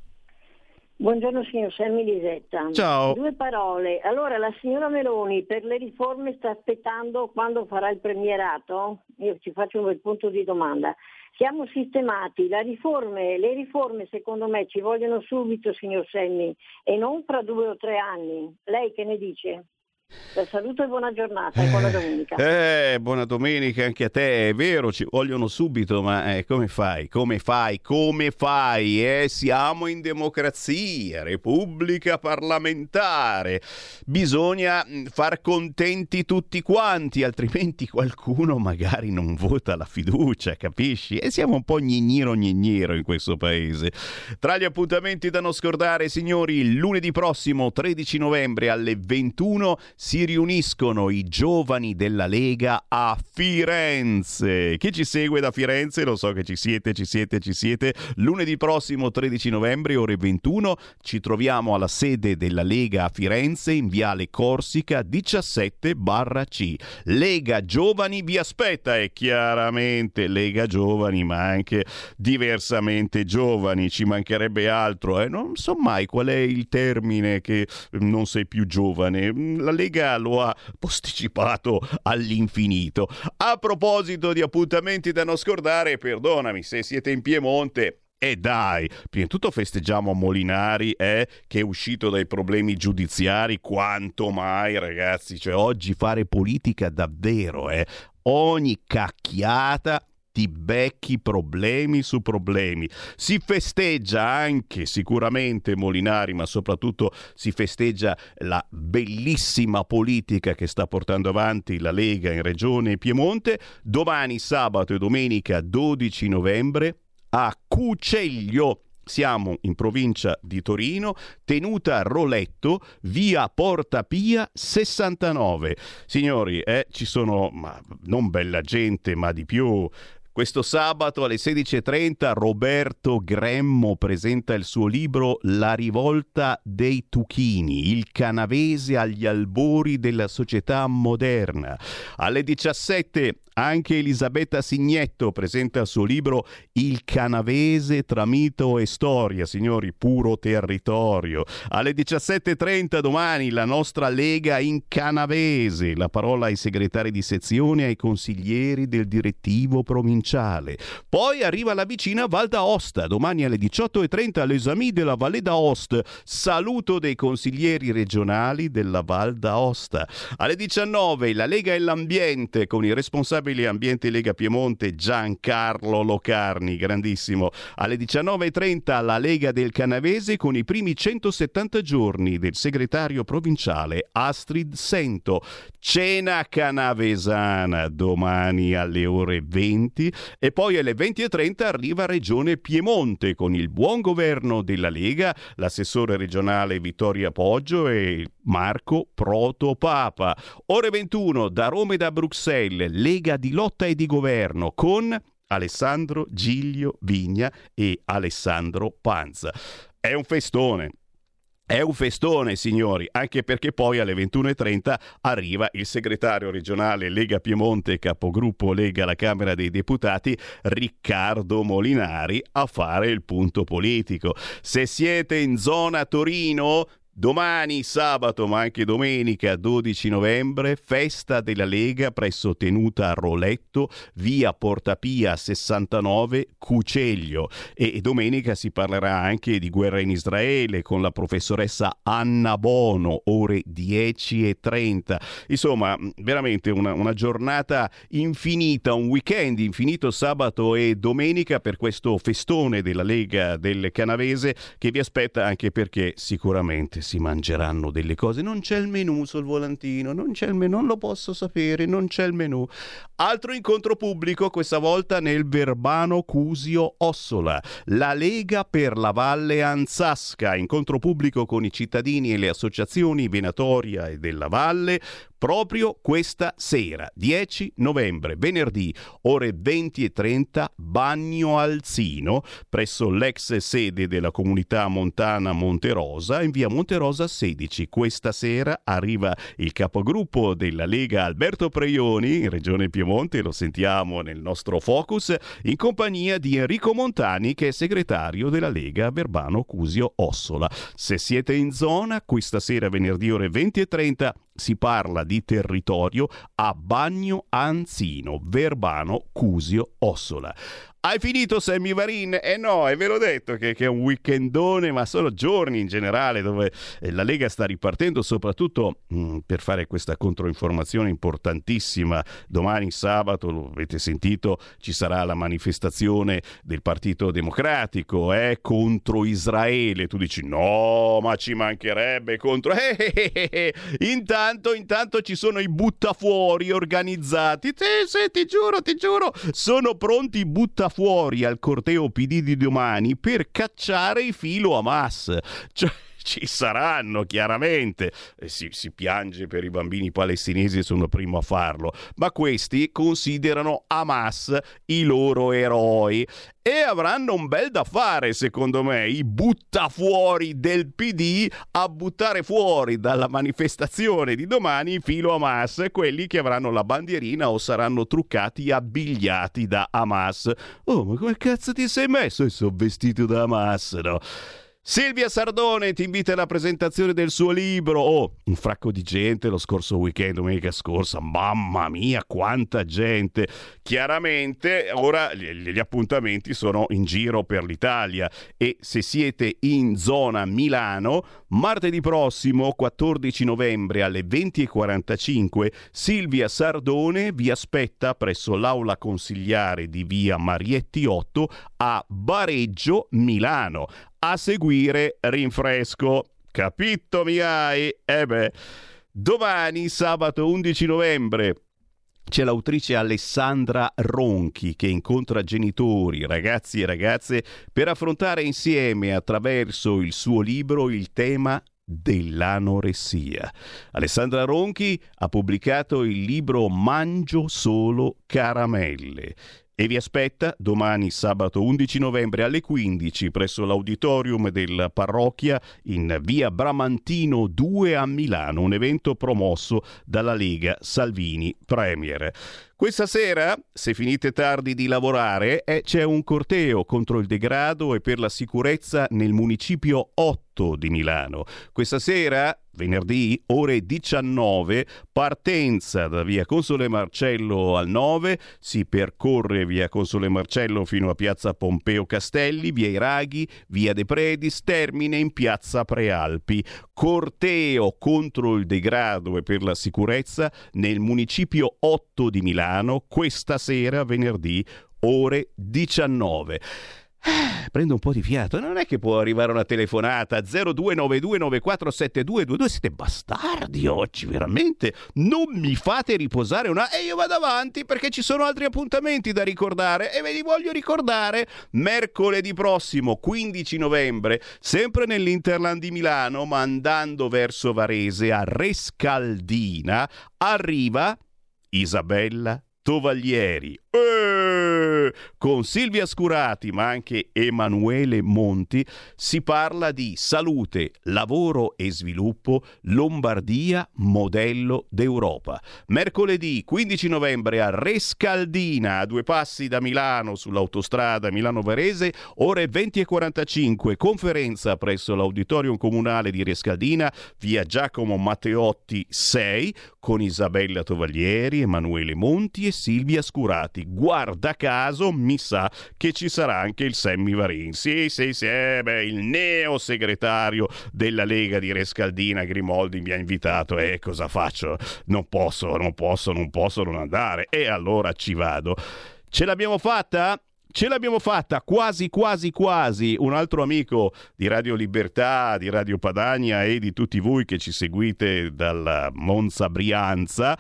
Buongiorno signor Semmi Lisetta. Ciao. Due parole. Allora, la signora Meloni per le riforme sta aspettando quando farà il premierato? Io ci faccio un bel punto di domanda. Siamo sistemati, la riforme, le riforme secondo me ci vogliono subito, signor Semmi, e non fra due o tre anni. Lei che ne dice? La saluto e buona giornata e buona domenica. Eh, buona domenica anche a te. È vero, ci vogliono subito, ma eh, come fai? Come fai? Come fai? Eh? Siamo in democrazia, repubblica parlamentare. Bisogna far contenti tutti quanti, altrimenti qualcuno magari non vota la fiducia, capisci? E siamo un po' gnigniro gnigniro in questo paese. Tra gli appuntamenti da non scordare, signori, lunedì prossimo tredici novembre alle ventuno si riuniscono i giovani della Lega a Firenze. Chi ci segue da Firenze, lo so che ci siete, ci siete, ci siete. Lunedì prossimo tredici novembre, ore ventuno, ci troviamo alla sede della Lega a Firenze in Viale Corsica diciassette C. Lega Giovani vi aspetta e chiaramente Lega Giovani, ma anche diversamente giovani, ci mancherebbe altro. Eh? Non so mai qual è il termine che non sei più giovane. La Lega lo ha posticipato all'infinito. A proposito di appuntamenti da non scordare, perdonami se siete in Piemonte. E eh dai, prima di tutto festeggiamo Molinari eh, che è uscito dai problemi giudiziari, quanto mai ragazzi, cioè oggi fare politica davvero, eh. Ogni cacchiata ti becchi problemi su problemi. Si festeggia anche sicuramente Molinari, ma soprattutto si festeggia la bellissima politica che sta portando avanti la Lega in Regione Piemonte. Domani sabato e domenica dodici novembre a Cuceglio. Siamo in provincia di Torino, tenuta Roletto, via Porta Pia sessantanove. Signori, eh, ci sono, ma non bella gente, ma di più. Questo sabato alle sedici e trenta Roberto Gremmo presenta il suo libro La rivolta dei Tuchini, il canavese agli albori della società moderna. Alle diciassette anche Elisabetta Signetto presenta il suo libro Il canavese tra mito e storia, signori, puro territorio. Alle diciassette e trenta domani la nostra Lega in canavese, la parola ai segretari di sezione e ai consiglieri del direttivo provinciale. Poi arriva la vicina Val d'Aosta, domani alle diciotto e trenta l'esame della Valle d'Aosta, saluto dei consiglieri regionali della Val d'Aosta. Alle diciannove la Lega e l'ambiente con i responsabili responsabile ambiente Lega Piemonte Giancarlo Locarni, grandissimo. Alle diciannove e trenta la Lega del Canavese con i primi centosettanta giorni del segretario provinciale Astrid Sento. Cena canavesana domani alle ore venti e poi alle venti e trenta arriva Regione Piemonte con il buon governo della Lega, l'assessore regionale Vittoria Poggio e Marco Protopapa. Ore ventuno da Roma e da Bruxelles, Lega di lotta e di governo con Alessandro Giglio Vigna e Alessandro Panza. È un festone. È un festone, signori, anche perché poi alle ventuno e trenta arriva il segretario regionale Lega Piemonte, capogruppo Lega alla Camera dei Deputati, Riccardo Molinari, a fare il punto politico. Se siete in zona Torino, domani, sabato, ma anche domenica, dodici novembre, festa della Lega presso Tenuta Roletto, via Portapia sessantanove, Cuceglio. E domenica si parlerà anche di guerra in Israele con la professoressa Anna Bono, ore dieci e trenta. Insomma, veramente una, una giornata infinita, un weekend infinito sabato e domenica per questo festone della Lega del Canavese che vi aspetta, anche perché sicuramente si mangeranno delle cose. Non c'è il menù sul volantino, non c'è il menù, non lo posso sapere, non c'è il menù. Altro incontro pubblico, questa volta nel Verbano Cusio Ossola, la Lega per la Valle Anzasca, incontro pubblico con i cittadini e le associazioni venatoria e della Valle, proprio questa sera, dieci novembre, venerdì, ore venti e trenta, Bagno Alzino, presso l'ex sede della comunità montana Monterosa, in via Monterosa sedici. Questa sera arriva il capogruppo della Lega Alberto Preioni, in Regione Piemonte, lo sentiamo nel nostro focus, in compagnia di Enrico Montani, che è segretario della Lega Verbano Cusio Ossola. Se siete in zona, questa sera, venerdì, ore venti e trenta, si parla di territorio a Bagno Anzino, Verbano Cusio Ossola. Hai finito, Sammy Varin? Eh no, e ve l'ho detto che, che è un weekendone, ma sono giorni in generale dove la Lega sta ripartendo, soprattutto mh, per fare questa controinformazione importantissima. Domani sabato, lo avete sentito, ci sarà la manifestazione del Partito Democratico eh, contro Israele. Tu dici no, ma ci mancherebbe contro... Eh, eh, eh, eh. Intanto, intanto ci sono i buttafuori organizzati. Sì, sì, ti giuro, ti giuro, sono pronti i buttafuori fuori al corteo P D di domani per cacciare i filo Hamas. Cioè, ci saranno chiaramente, eh, si, si piange per i bambini palestinesi e sono il primo a farlo, ma questi considerano Hamas i loro eroi e avranno un bel da fare, secondo me, i buttafuori del P D a buttare fuori dalla manifestazione di domani i filo Hamas, quelli che avranno la bandierina o saranno truccati abbigliati da Hamas. Oh, ma come cazzo ti sei messo? E sono vestito da Hamas, no? Silvia Sardone ti invita alla presentazione del suo libro. Oh, un fracco di gente lo scorso weekend, domenica scorsa. Mamma mia, quanta gente. Chiaramente ora gli, gli appuntamenti sono in giro per l'Italia e se siete in zona Milano, martedì prossimo, quattordici novembre alle venti e quarantacinque, Silvia Sardone vi aspetta presso l'aula consigliare di via Marietti otto a Bareggio, Milano. A seguire rinfresco. Capito mi hai? Eh beh. Domani, sabato undici novembre, c'è l'autrice Alessandra Ronchi che incontra genitori, ragazzi e ragazze per affrontare insieme, attraverso il suo libro, il tema dell'anoressia. Alessandra Ronchi ha pubblicato il libro Mangio solo caramelle e vi aspetta domani sabato undici novembre alle quindici presso l'auditorium della parrocchia in via Bramantino due a Milano, un evento promosso dalla Lega Salvini Premier. Questa sera, se finite tardi di lavorare, eh, c'è un corteo contro il degrado e per la sicurezza nel municipio otto di Milano. Questa sera, venerdì, ore diciannove, partenza da via Console Marcello al nove, si percorre via Console Marcello fino a piazza Pompeo Castelli, via Iraghi, via De Predis, termine in piazza Prealpi. Corteo contro il degrado e per la sicurezza nel municipio otto di Milano. Milano questa sera, venerdì, ore diciannove. Prendo un po' di fiato, non è che può arrivare una telefonata zero due nove due nove quattro sette due due due. Siete bastardi oggi, veramente, non mi fate riposare una... e io vado avanti perché ci sono altri appuntamenti da ricordare e ve li voglio ricordare. Mercoledì prossimo, quindici novembre, sempre nell'Interland di Milano, ma andando verso Varese, a Rescaldina, arriva Isabella Tovaglieri, eh, con Silvia Scurati ma anche Emanuele Monti. Si parla di salute, lavoro e sviluppo, Lombardia modello d'Europa. Mercoledì quindici novembre a Rescaldina, a due passi da Milano, sull'autostrada Milano-Varese, ore venti e quarantacinque, conferenza presso l'Auditorium Comunale di Rescaldina, via Giacomo Matteotti sei, con Isabella Tovaglieri, Emanuele Monti e Silvia Scurati. Guarda caso, mi sa che ci sarà anche il Sammy Varin. Sì, sì, sì, eh, beh, il neo segretario della Lega di Rescaldina, Grimoldi, mi ha invitato e eh, cosa faccio? Non posso, non posso, non posso non andare. E allora ci vado. Ce l'abbiamo fatta? Ce l'abbiamo fatta, quasi quasi quasi. Un altro amico di Radio Libertà, di Radio Padania e di tutti voi che ci seguite dalla Monza Brianza,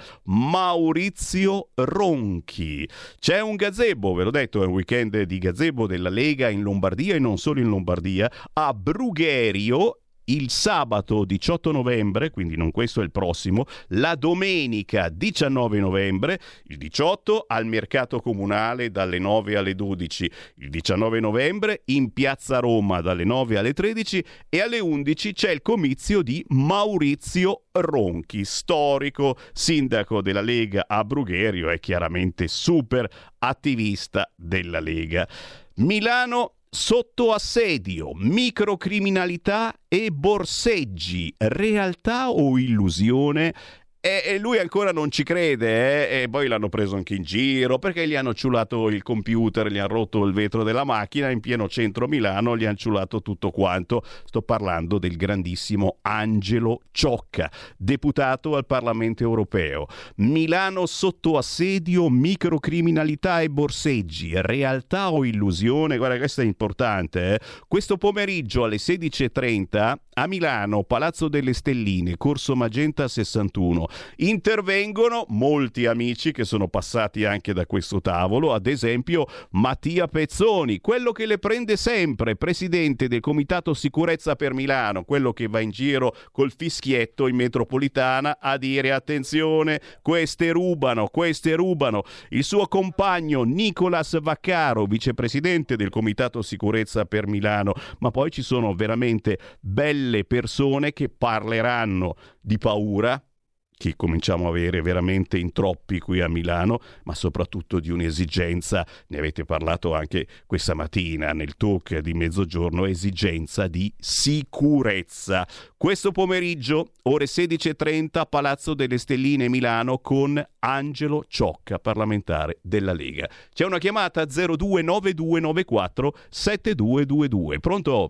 Maurizio Ronchi. C'è un gazebo, ve l'ho detto, è un weekend di gazebo della Lega in Lombardia e non solo in Lombardia, a Brugherio. Il sabato diciotto novembre, quindi non questo è il prossimo, la domenica diciannove novembre, il diciotto al mercato comunale dalle nove alle dodici, il diciannove novembre in piazza Roma dalle nove alle tredici e alle undici c'è il comizio di Maurizio Ronchi, storico sindaco della Lega a Brugherio e chiaramente super attivista della Lega. Milano sotto assedio, microcriminalità e borseggi, realtà o illusione? E, e lui ancora non ci crede, eh? E poi l'hanno preso anche in giro perché gli hanno ciulato il computer, gli hanno rotto il vetro della macchina in pieno centro Milano, gli hanno ciulato tutto quanto. Sto parlando del grandissimo Angelo Ciocca, deputato al Parlamento Europeo. Milano sotto assedio, microcriminalità e borseggi, realtà o illusione? Guarda, questo è importante, eh? Questo pomeriggio alle sedici e trenta a Milano, Palazzo delle Stelline, Corso Magenta sessantuno. Intervengono molti amici che sono passati anche da questo tavolo, ad esempio Mattia Pezzoni, quello che le prende sempre, presidente del Comitato Sicurezza per Milano, quello che va in giro col fischietto in metropolitana a dire attenzione, queste rubano, queste rubano. Il suo compagno Nicolas Vaccaro, vicepresidente del Comitato Sicurezza per Milano, ma poi ci sono veramente belle persone che parleranno di paura, che cominciamo a avere veramente in troppi qui a Milano, ma soprattutto di un'esigenza, ne avete parlato anche questa mattina nel talk di mezzogiorno, esigenza di sicurezza. Questo pomeriggio, ore sedici e trenta, Palazzo delle Stelline Milano con Angelo Ciocca, parlamentare della Lega. C'è una chiamata zero due nove due nove quattro sette due due due. Pronto?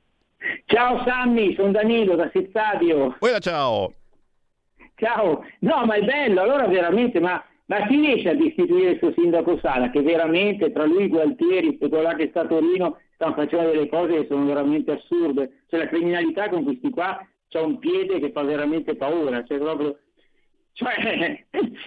Ciao Sammy, sono Danilo da Sezzadio. Buona, ciao. Ciao, no ma è bello, allora veramente, ma, ma si riesce a destituire il suo sindaco Sala, che veramente tra lui Gualtieri e quello là che sta a Torino stanno facendo delle cose che sono veramente assurde, cioè la criminalità con questi qua c'ha un piede che fa veramente paura, cioè proprio, cioè,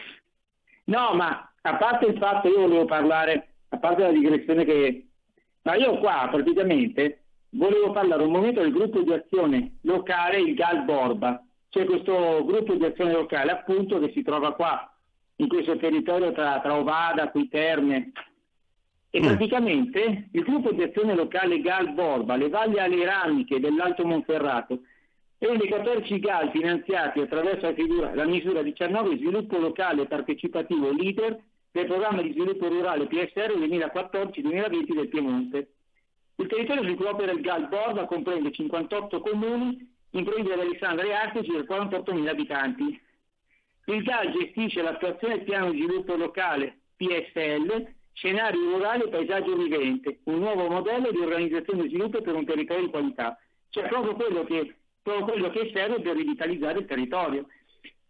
no ma a parte il fatto, io volevo parlare, a parte la digressione che, ma io qua praticamente volevo parlare un momento del gruppo di azione locale, il Gal Borba. C'è questo gruppo di azione locale appunto che si trova qua in questo territorio tra, tra Ovada, qui Terme, e praticamente il gruppo di azione locale Gal Borba, le valli aleramiche dell'Alto Monferrato, è uno dei quattordici G A L finanziati attraverso la, figura, la misura diciannove sviluppo locale partecipativo leader del programma di sviluppo rurale P S R duemilaquattordici duemilaventi del Piemonte. Il territorio su cui opera il Gal Borba comprende cinquantotto comuni in provincia di Alessandria e Asti, circa quarantottomila abitanti. Il G A L gestisce l'attuazione del piano di sviluppo locale P S L, scenario rurale e paesaggio vivente, un nuovo modello di organizzazione e sviluppo per un territorio di qualità, cioè proprio quello che, proprio quello che serve per rivitalizzare il territorio.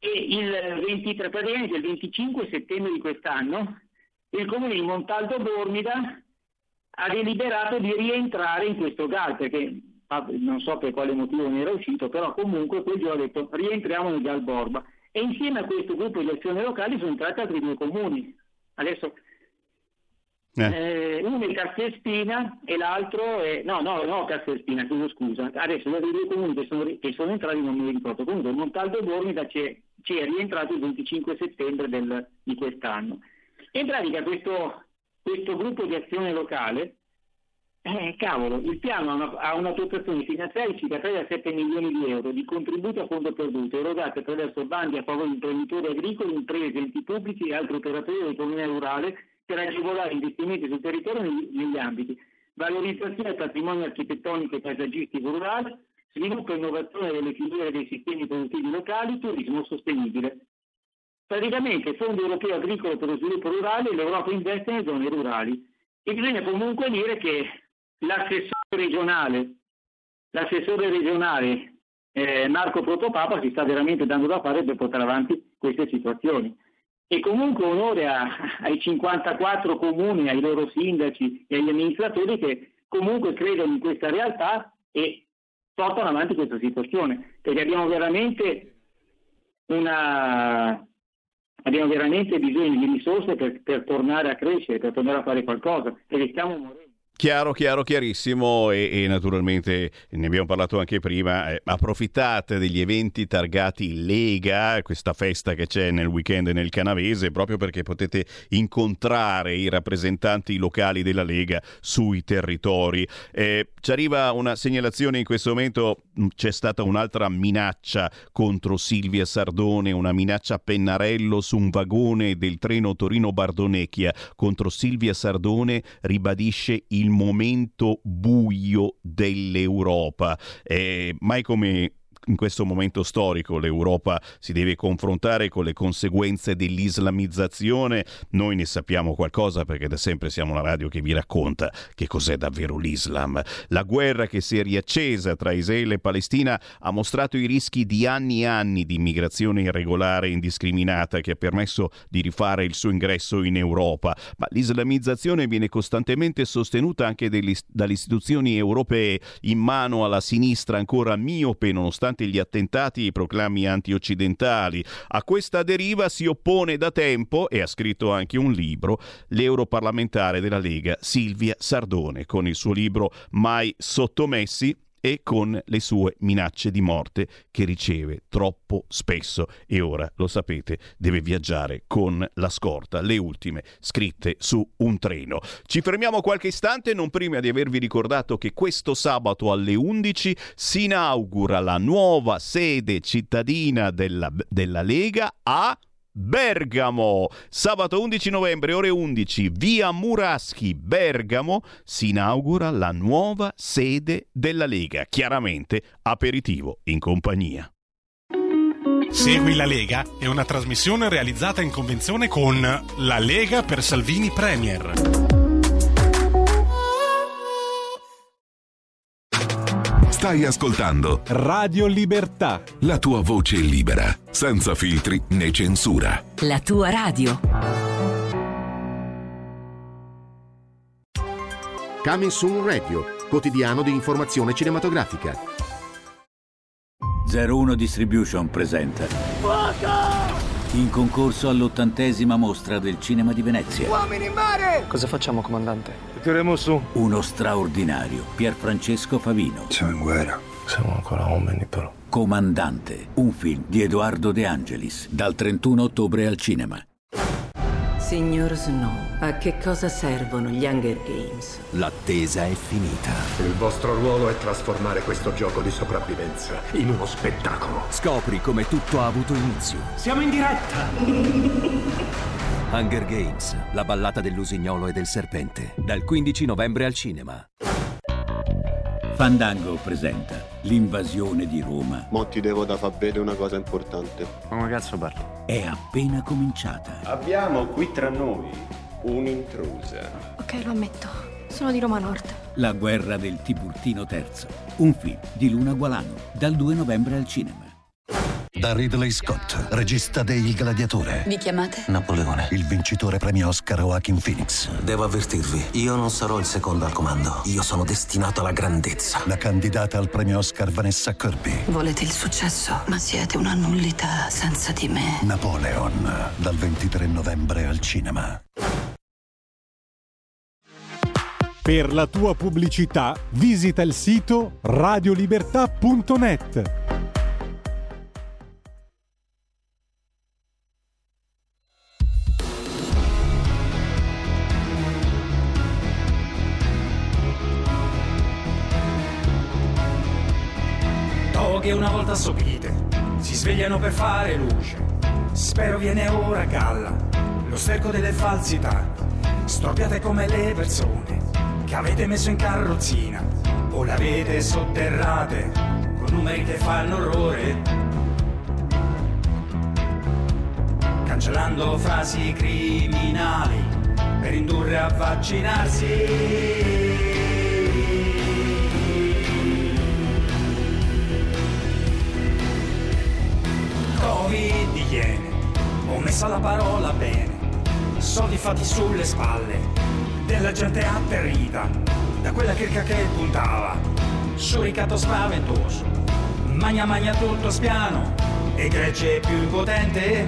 e il ventitré, praticamente il venticinque settembre di quest'anno, il comune di Montalto Bormida ha deliberato di rientrare in questo G A L, perché non so per quale motivo ne era uscito, però comunque quel giorno ha detto rientriamo nel G A L Borba, e insieme a questo gruppo di azione locali sono entrati altri due comuni. Adesso eh. Eh, uno è Castelspina e l'altro è no no no Castelspina, chiedo scusa, adesso gli altri due comuni che sono, che sono entrati non mi ricordo, comunque Montalto Bormida c'è, c'è rientrato il venticinque settembre del, di quest'anno. E in pratica questo, questo gruppo di azione locale, eh, cavolo, il piano ha una, ha una dotazione finanziaria di circa tre virgola sette milioni di euro di contributi a fondo perduto erogati attraverso bandi a favore di imprenditori agricoli, imprese, enti pubblici e altri operatori dell'economia rurale per agevolare investimenti sul territorio negli, negli ambiti valorizzazione del patrimonio architettonico e paesaggistico rurale, sviluppo e innovazione delle filiere dei sistemi produttivi locali, turismo sostenibile. Praticamente Fondo Europeo Agricolo per lo Sviluppo Rurale, l'Europa investe nelle zone rurali. E bisogna comunque dire che l'assessore regionale, l'assessore regionale eh, Marco Protopapa si sta veramente dando da fare per portare avanti queste situazioni. E comunque onore a, ai cinquantaquattro comuni, ai loro sindaci e agli amministratori che comunque credono in questa realtà e portano avanti questa situazione, perché abbiamo veramente una... Abbiamo veramente bisogno di risorse per, per tornare a crescere, per tornare a fare qualcosa, perché stiamo morendo. Chiaro, chiaro, chiarissimo e, e naturalmente ne abbiamo parlato anche prima, eh, approfittate degli eventi targati Lega, questa festa che c'è nel weekend nel Canavese, proprio perché potete incontrare i rappresentanti locali della Lega sui territori. Eh, ci arriva una segnalazione in questo momento, c'è stata un'altra minaccia contro Silvia Sardone, una minaccia a pennarello su un vagone del treno Torino-Bardonecchia contro Silvia Sardone, ribadisce il momento buio dell'Europa. Eh, mai come in questo momento storico l'Europa si deve confrontare con le conseguenze dell'islamizzazione. Noi ne sappiamo qualcosa perché da sempre siamo una radio che vi racconta che cos'è davvero l'Islam. La guerra che si è riaccesa tra Israele e Palestina ha mostrato i rischi di anni e anni di immigrazione irregolare e indiscriminata che ha permesso di rifare il suo ingresso in Europa, ma l'islamizzazione viene costantemente sostenuta anche delle, dalle istituzioni europee in mano alla sinistra ancora miope nonostante gli attentati e i proclami anti-occidentali. A questa deriva si oppone da tempo, e ha scritto anche un libro, l'europarlamentare della Lega Silvia Sardone, con il suo libro Mai sottomessi e con le sue minacce di morte che riceve troppo spesso e ora, lo sapete, deve viaggiare con la scorta, le ultime scritte su un treno. Ci fermiamo qualche istante, non prima di avervi ricordato che questo sabato alle undici si inaugura la nuova sede cittadina della, della Lega a Bergamo. Sabato undici novembre ore undici, via Muraschi, Bergamo, si inaugura la nuova sede della Lega. Chiaramente aperitivo in compagnia. Segui la Lega è una trasmissione realizzata in convenzione con La Lega per Salvini Premier. Stai ascoltando Radio Libertà, la tua voce libera, senza filtri né censura. La tua radio. Coming Soon Radio, quotidiano di informazione cinematografica. zero uno Distribution presenta in concorso all'ottantesima mostra del cinema di Venezia. Uomini in mare! Cosa facciamo, comandante? Tireremo su. Uno straordinario Pierfrancesco Favino. Siamo in guerra. Siamo ancora uomini, però. Comandante, un film di Edoardo De Angelis, dal trentuno ottobre al cinema. Signor Snow, a che cosa servono gli Hunger Games? L'attesa è finita. Il vostro ruolo è trasformare questo gioco di sopravvivenza in uno spettacolo. Scopri come tutto ha avuto inizio. Siamo in diretta! Hunger Games, la ballata dell'usignolo e del serpente, dal quindici novembre al cinema. Fandango presenta l'invasione di Roma. Mo ti devo da far vedere una cosa importante. Ma come cazzo parli? È appena cominciata. Abbiamo qui tra noi un'intrusa. Ok, lo ammetto. Sono di Roma Nord. La guerra del Tiburtino terzo. Un film di Luna Gualano, dal due novembre al cinema. Da Ridley Scott, regista de Il Gladiatore. Vi chiamate? Napoleone. Il vincitore premio Oscar Joaquin Phoenix. Devo avvertirvi, io non sarò il secondo al comando. Io sono destinato alla grandezza. La candidata al premio Oscar Vanessa Kirby. Volete il successo, ma siete una nullità senza di me. Napoleon, dal ventitré novembre al cinema. Per la tua pubblicità visita il sito radiolibertà punto net. Che una volta sopite si svegliano per fare luce. Spero viene ora a galla lo sterco delle falsità, storpiate come le persone che avete messo in carrozzina o le avete sotterrate con numeri che fanno orrore, cancellando frasi criminali per indurre a vaccinarsi. Covid iene, ho messo la parola bene, soldi fatti sulle spalle della gente atterrita da quella chirca che puntava sul ricatto spaventoso, magna magna tutto spiano e gregge più impotente,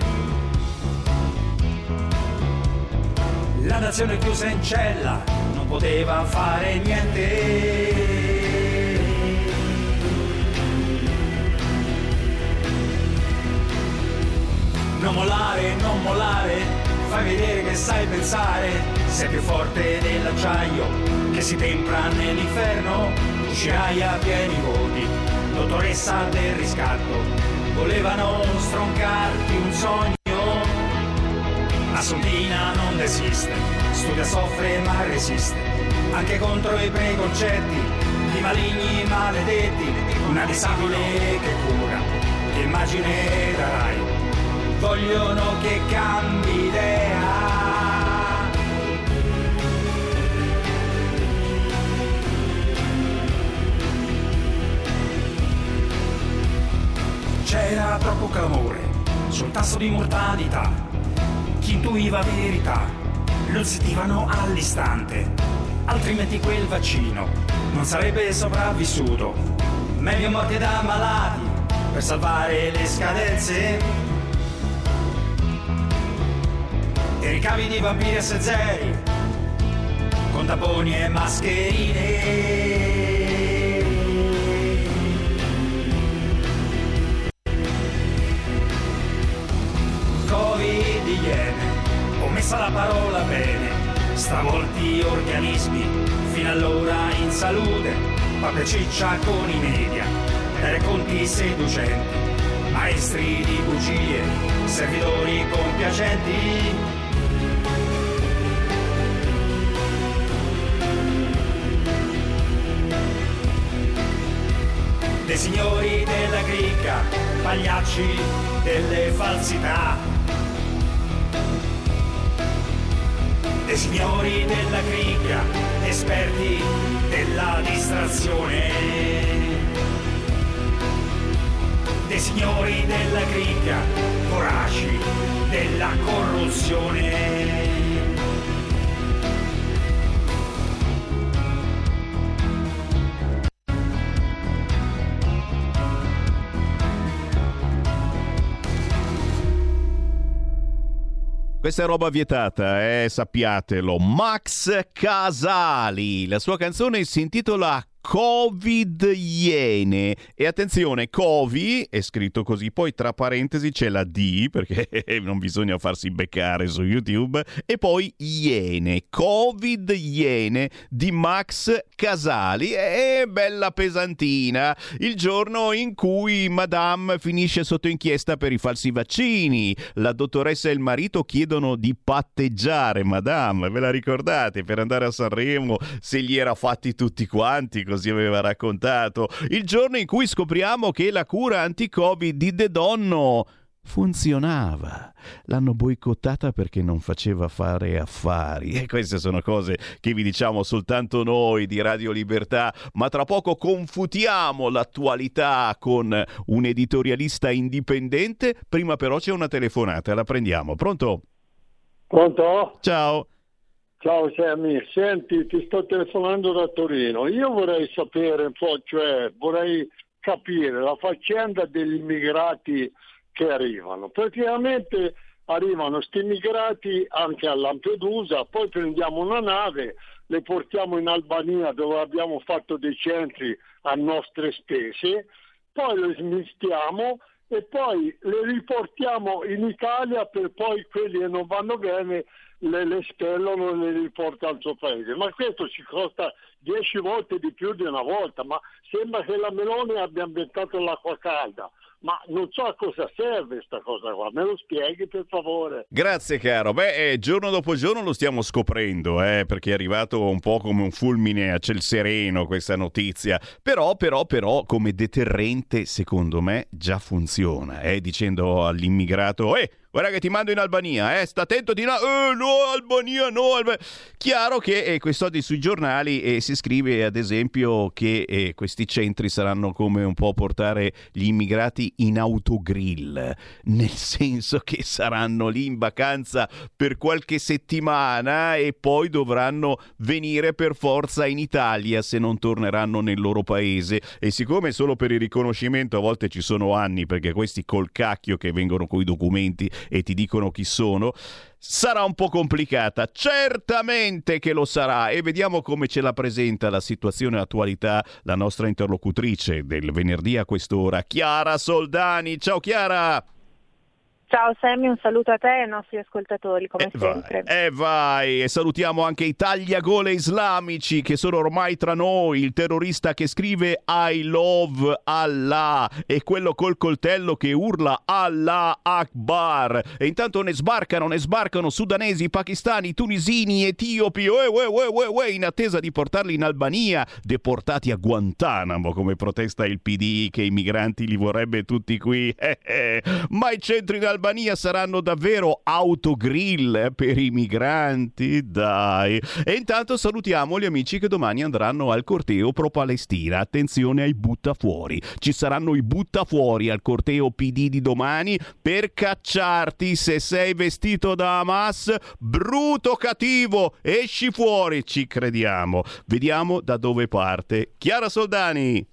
la nazione chiusa in cella non poteva fare niente. Non mollare, non mollare, fai vedere che sai pensare, sei più forte dell'acciaio che si tempra nell'inferno, uscirai a pieni voti, dottoressa del riscatto, volevano stroncarti un sogno, ma Sondina non desiste, studia, soffre ma resiste, anche contro i preconcetti di maligni maledetti, una disabile che cura, che immagine darai? Vogliono che cambi idea. C'era troppo clamore sul tasso di mortalità. Chi intuiva verità lo sentivano all'istante, altrimenti quel vaccino non sarebbe sopravvissuto. Meglio morti da malati per salvare le scadenze e ricavi di vampiri S zero con tamponi e mascherine. Covid iene, ho messo la parola bene, stravolti organismi fino allora in salute, papia ciccia con i media, racconti seducenti, maestri di bugie, servitori compiacenti. Dei signori della cricca, pagliacci delle falsità. Dei signori della cricca, esperti della distrazione. Dei signori della cricca, voraci della corruzione. Questa è roba vietata, eh, sappiatelo. Max Casali, la sua canzone si intitola Covid Iene. E attenzione, Covi è scritto così, poi tra parentesi c'è la D, perché non bisogna farsi beccare su YouTube, e poi Iene, Covid Iene di Max Casali. È bella pesantina, il giorno in cui Madame finisce sotto inchiesta per i falsi vaccini. La dottoressa e il marito chiedono di patteggiare Madame, ve la ricordate? Per andare a Sanremo, se li era fatti tutti quanti, così aveva raccontato. Il giorno in cui scopriamo che la cura anti-Covid di De Donno funzionava. L'hanno boicottata perché non faceva fare affari. E queste sono cose che vi diciamo soltanto noi di Radio Libertà, ma tra poco confutiamo l'attualità con un editorialista indipendente. Prima però c'è una telefonata, la prendiamo. Pronto? Pronto? Ciao. Ciao Sammy, senti, ti sto telefonando da Torino. Io vorrei sapere un po', cioè vorrei capire la faccenda degli immigrati che arrivano. Praticamente arrivano sti immigrati anche a Lampedusa, poi prendiamo una nave, le portiamo in Albania dove abbiamo fatto dei centri a nostre spese, poi le smistiamo e poi le riportiamo in Italia per poi quelli che non vanno bene le, le spellano e le riporta al suo paese. Ma questo ci costa dieci volte di più di una volta, ma sembra che la Meloni abbia inventato l'acqua calda. Ma non so a cosa serve sta cosa qua, me lo spieghi per favore? Grazie caro, beh eh, giorno dopo giorno lo stiamo scoprendo, eh, perché è arrivato un po' come un fulmine a ciel sereno questa notizia, però però però come deterrente secondo me già funziona, eh, dicendo all'immigrato eh guarda che ti mando in Albania, eh, sta attento di no, eh, no Albania, no Albania. Chiaro che eh, quest'oggi sui giornali eh, si scrive ad esempio che eh, questi centri saranno come un po' portare gli immigrati in autogrill, nel senso che saranno lì in vacanza per qualche settimana e poi dovranno venire per forza in Italia se non torneranno nel loro paese. E siccome solo per il riconoscimento a volte ci sono anni, perché questi col cacchio che vengono coi documenti e ti dicono chi sono, sarà un po' complicata, certamente che lo sarà, e vediamo come ce la presenta la situazione attualità la nostra interlocutrice del venerdì a quest'ora, Chiara Soldani. Ciao Chiara! Ciao Sammy, un saluto a te e ai nostri ascoltatori, come eh sempre. E eh vai, e salutiamo anche i tagliagole islamici che sono ormai tra noi, il terrorista che scrive I love Allah e quello col coltello che urla Allah Akbar. E intanto ne sbarcano, ne sbarcano sudanesi, pakistani, tunisini, etiopi, uè, uè, uè, uè, uè, in attesa di portarli in Albania, deportati a Guantanamo, come protesta il P D che i migranti li vorrebbe tutti qui. Eh, eh. Ma i centri in Albania saranno davvero autogrill per i migranti, dai. E intanto salutiamo gli amici che domani andranno al corteo pro Palestina. Attenzione ai buttafuori, ci saranno i buttafuori al corteo P D di domani per cacciarti se sei vestito da Hamas. Bruto cattivo, esci fuori, ci crediamo. Vediamo da dove parte Chiara Soldani.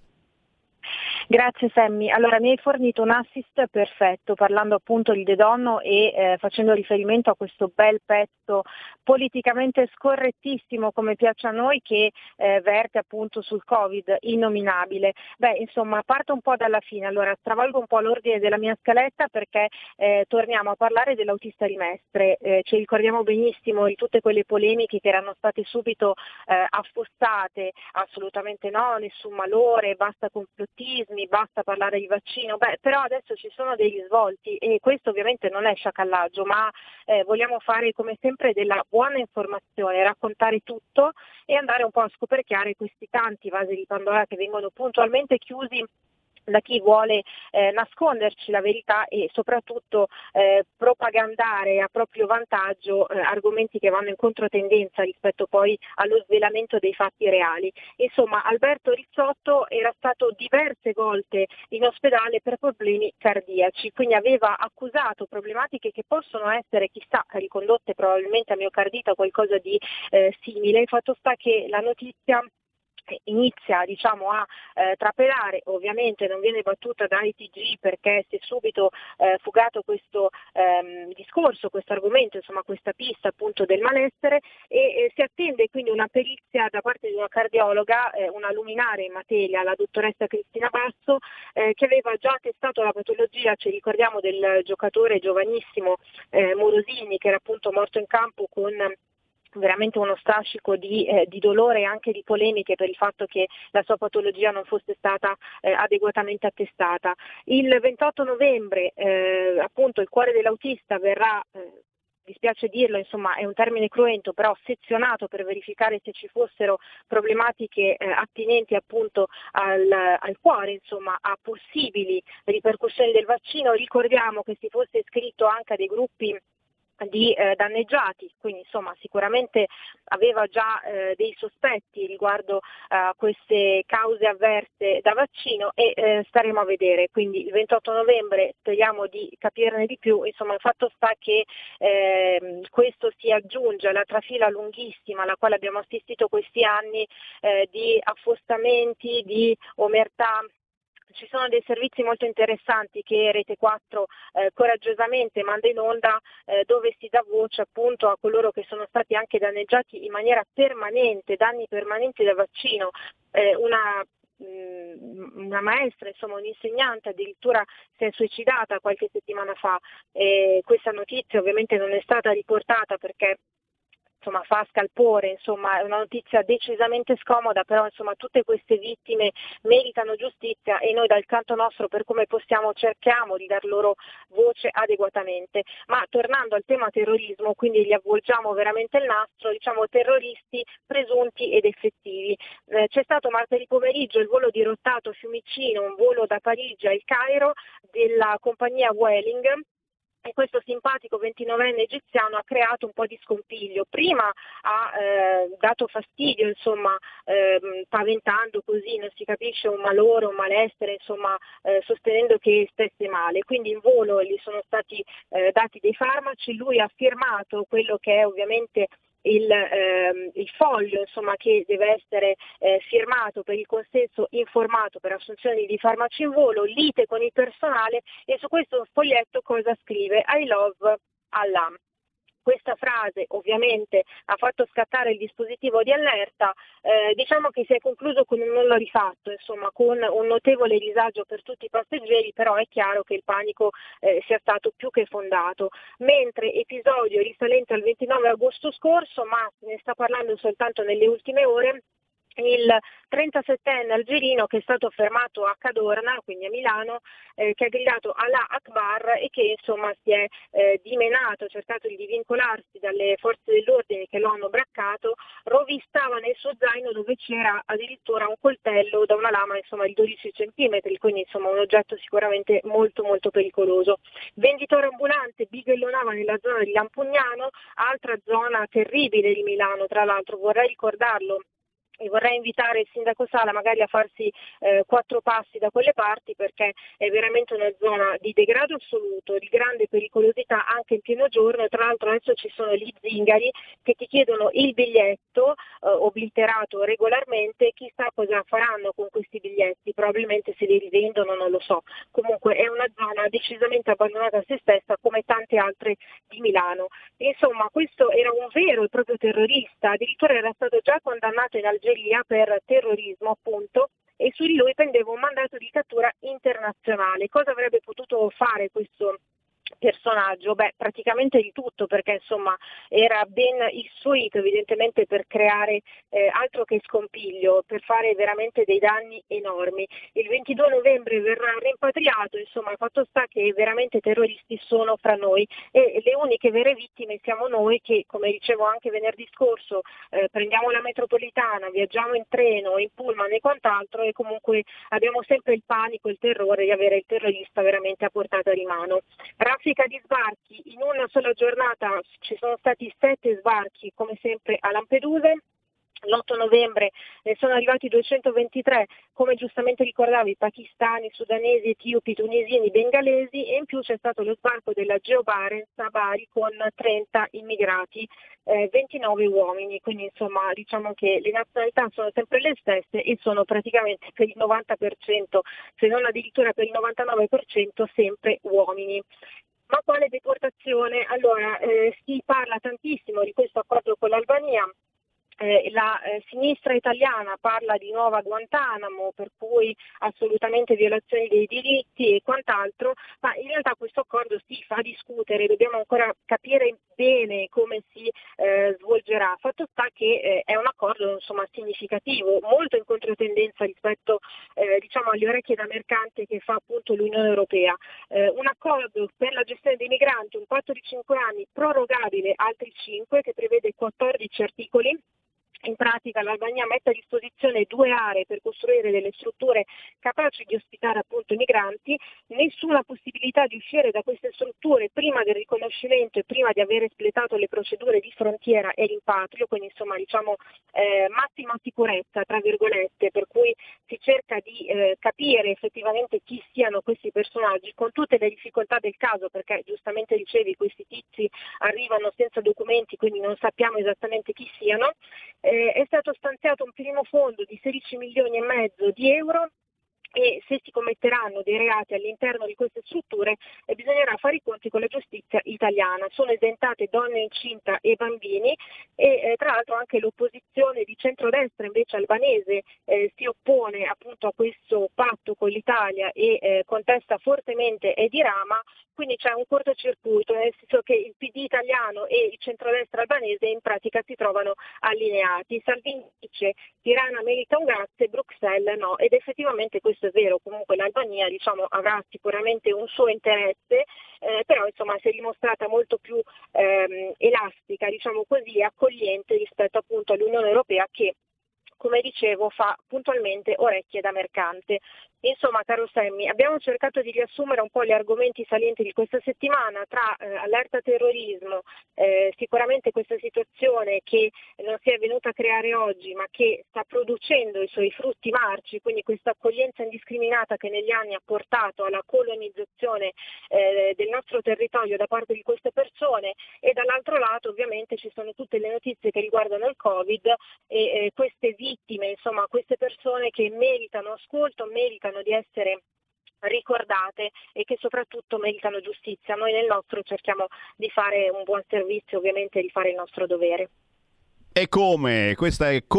Grazie Sammy. Allora mi hai fornito un assist perfetto parlando appunto di De Donno e eh, facendo riferimento a questo bel pezzo politicamente scorrettissimo, come piace a noi, che eh, verte appunto sul Covid, innominabile. Beh, insomma, parto un po' dalla fine. Allora, stravolgo un po' l'ordine della mia scaletta perché eh, torniamo a parlare dell'autista di Mestre. Eh, ci ricordiamo benissimo di tutte quelle polemiche che erano state subito eh, affossate. Assolutamente no, nessun malore, basta complottismi, basta parlare di vaccino. Beh, però adesso ci sono degli svolti e questo ovviamente non è sciacallaggio, ma eh, vogliamo fare come sempre della buona informazione, raccontare tutto e andare un po' a scoperchiare questi tanti vasi di Pandora che vengono puntualmente chiusi da chi vuole eh, nasconderci la verità e soprattutto eh, propagandare a proprio vantaggio eh, argomenti che vanno in controtendenza rispetto poi allo svelamento dei fatti reali. Insomma, Alberto Rizzotto era stato diverse volte in ospedale per problemi cardiaci, quindi aveva accusato problematiche che possono essere, chissà, ricondotte probabilmente a miocardite o qualcosa di eh, simile. Fatto sta che la notizia inizia diciamo a eh, trapelare, ovviamente non viene battuta da I T G perché si è subito eh, fugato questo ehm, discorso, questo argomento, insomma questa pista appunto del malessere e eh, si attende quindi una perizia da parte di una cardiologa, eh, una luminare in materia, la dottoressa Cristina Basso, eh, che aveva già testato la patologia, ci ricordiamo del giocatore giovanissimo eh, Morosini che era appunto morto in campo con veramente uno strascico di, eh, di dolore e anche di polemiche per il fatto che la sua patologia non fosse stata eh, adeguatamente attestata. Il ventotto novembre eh, appunto il cuore dell'autista verrà eh, dispiace dirlo, insomma è un termine cruento, però sezionato per verificare se ci fossero problematiche eh, attinenti appunto al, al cuore, insomma a possibili ripercussioni del vaccino. Ricordiamo che si fosse iscritto anche a dei gruppi di eh, danneggiati, quindi insomma sicuramente aveva già eh, dei sospetti riguardo a uh, queste cause avverse da vaccino e eh, staremo a vedere, quindi il ventotto novembre speriamo di capirne di più. Insomma il fatto sta che eh, questo si aggiunge alla trafila lunghissima alla quale abbiamo assistito questi anni eh, di affostamenti, di omertà. Ci sono dei servizi molto interessanti che Rete quattro eh, coraggiosamente manda in onda, eh, dove si dà voce appunto a coloro che sono stati anche danneggiati in maniera permanente, danni permanenti da vaccino. Eh, una una maestra, insomma un'insegnante addirittura si è suicidata qualche settimana fa. Eh, questa notizia ovviamente non è stata riportata perché insomma fa scalpore, insomma è una notizia decisamente scomoda, però insomma tutte queste vittime meritano giustizia e noi dal canto nostro per come possiamo cerchiamo di dar loro voce adeguatamente. Ma tornando al tema terrorismo, quindi gli avvolgiamo veramente il nastro, diciamo terroristi presunti ed effettivi. Eh, c'è stato martedì pomeriggio il volo dirottato Fiumicino, un volo da Parigi al Cairo della compagnia Vueling, e questo simpatico ventinovenne egiziano ha creato un po' di scompiglio. Prima ha eh, dato fastidio, insomma, eh, paventando così, non si capisce, un malore, un malessere, insomma, eh, sostenendo che stesse male. Quindi in volo gli sono stati eh, dati dei farmaci, lui ha firmato quello che è ovviamente Il, ehm, il foglio insomma che deve essere eh, firmato per il consenso informato per assunzioni di farmaci in volo, lite con il personale, e su questo foglietto cosa scrive? I love Allah. Questa frase ovviamente ha fatto scattare il dispositivo di allerta, eh, diciamo che si è concluso con un nulla rifatto, insomma con un notevole disagio per tutti i passeggeri, però è chiaro che il panico eh, sia stato più che fondato. Mentre episodio risalente al ventinove agosto scorso, ma se ne sta parlando soltanto nelle ultime ore, il trentasettenne algerino che è stato fermato a Cadorna, quindi a Milano, eh, che ha gridato Allah Akbar e che insomma si è eh, dimenato, ha cercato di divincolarsi dalle forze dell'ordine che lo hanno braccato, rovistava nel suo zaino dove c'era addirittura un coltello da una lama insomma di dodici centimetri, quindi insomma un oggetto sicuramente molto molto pericoloso. Venditore ambulante bighellonava nella zona di Lampugnano, altra zona terribile di Milano, tra l'altro vorrei ricordarlo. E vorrei invitare il sindaco Sala magari a farsi eh, quattro passi da quelle parti, perché è veramente una zona di degrado assoluto, di grande pericolosità anche in pieno giorno. Tra l'altro adesso ci sono gli zingari che ti chiedono il biglietto eh, obliterato regolarmente, chissà cosa faranno con questi biglietti, probabilmente se li rivendono, non lo so. Comunque è una zona decisamente abbandonata a se stessa come tante altre di Milano. Insomma, questo era un vero e proprio terrorista, addirittura era stato già condannato in Algeria per terrorismo appunto, e su di lui pendeva un mandato di cattura internazionale. Cosa avrebbe potuto fare questo personaggio? Beh, praticamente di tutto, perché insomma era ben istruito evidentemente per creare eh, altro che scompiglio, per fare veramente dei danni enormi. Il ventidue novembre verrà rimpatriato, insomma il fatto sta che veramente terroristi sono fra noi e le uniche vere vittime siamo noi che, come dicevo anche venerdì scorso, eh, prendiamo la metropolitana, viaggiamo in treno, in pullman e quant'altro, e comunque abbiamo sempre il panico, il terrore di avere il terrorista veramente a portata di mano. Raffica di sbarchi, in una sola giornata ci sono stati sette sbarchi come sempre a Lampedusa. L'otto novembre ne sono arrivati duecentoventitré, come giustamente ricordavi, pakistani, sudanesi, etiopi, tunisini, bengalesi, e in più c'è stato lo sbarco della Geo Barents a Bari con trenta immigrati, eh, ventinove uomini, quindi insomma diciamo che le nazionalità sono sempre le stesse e sono praticamente per il novanta per cento, se non addirittura per il novantanove per cento sempre uomini. Ma quale deportazione? Allora, eh, si parla tantissimo di questo accordo con l'Albania. Eh, la eh, sinistra italiana parla di nuova Guantanamo, per cui assolutamente violazioni dei diritti e quant'altro, ma in realtà questo accordo si fa discutere, dobbiamo ancora capire bene come si eh, svolgerà. Fatto sta che eh, è un accordo insomma significativo, molto in controtendenza rispetto eh, diciamo alle orecchie da mercante che fa appunto l'Unione Europea. Eh, un accordo per la gestione dei migranti, un patto di cinque anni prorogabile altri cinque, che prevede quattordici articoli. In pratica l'Albania mette a disposizione due aree per costruire delle strutture capaci di ospitare appunto i migranti, nessuna possibilità di uscire da queste strutture prima del riconoscimento e prima di aver espletato le procedure di frontiera e rimpatrio, quindi insomma diciamo eh, massima sicurezza tra virgolette, per cui si cerca di eh, capire effettivamente chi siano questi personaggi con tutte le difficoltà del caso, perché giustamente dicevi questi tizi arrivano senza documenti, quindi non sappiamo esattamente chi siano. Eh, è stato stanziato un primo fondo di sedici milioni e mezzo di euro e se si commetteranno dei reati all'interno di queste strutture eh, bisognerà fare i conti con la giustizia italiana. Sono esentate donne incinta e bambini e eh, tra l'altro anche l'opposizione di centrodestra invece albanese eh, si oppone appunto a questo patto con l'Italia e eh, contesta fortemente Edi Rama, quindi c'è un cortocircuito, nel senso che il P D italiano e il centrodestra albanese in pratica si trovano allineati. Salvini dice Tirana merita un grazie, Bruxelles no, ed effettivamente questo è vero. Comunque l'Albania diciamo avrà sicuramente un suo interesse, eh, però insomma si è dimostrata molto più ehm, elastica, diciamo così, e accogliente rispetto appunto all'Unione Europea che, come dicevo, fa puntualmente orecchie da mercante. Insomma, caro Sammy, abbiamo cercato di riassumere un po' gli argomenti salienti di questa settimana tra eh, allerta terrorismo, eh, sicuramente questa situazione che non si è venuta a creare oggi ma che sta producendo i suoi frutti marci, quindi questa accoglienza indiscriminata che negli anni ha portato alla colonizzazione eh, del nostro territorio da parte di queste persone, e dall'altro lato ovviamente ci sono tutte le notizie che riguardano il Covid e eh, queste vittime, insomma queste persone che meritano ascolto, meritano di essere ricordate e che soprattutto meritano giustizia. Noi nel nostro cerchiamo di fare un buon servizio, ovviamente di fare il nostro dovere. E come? Questa è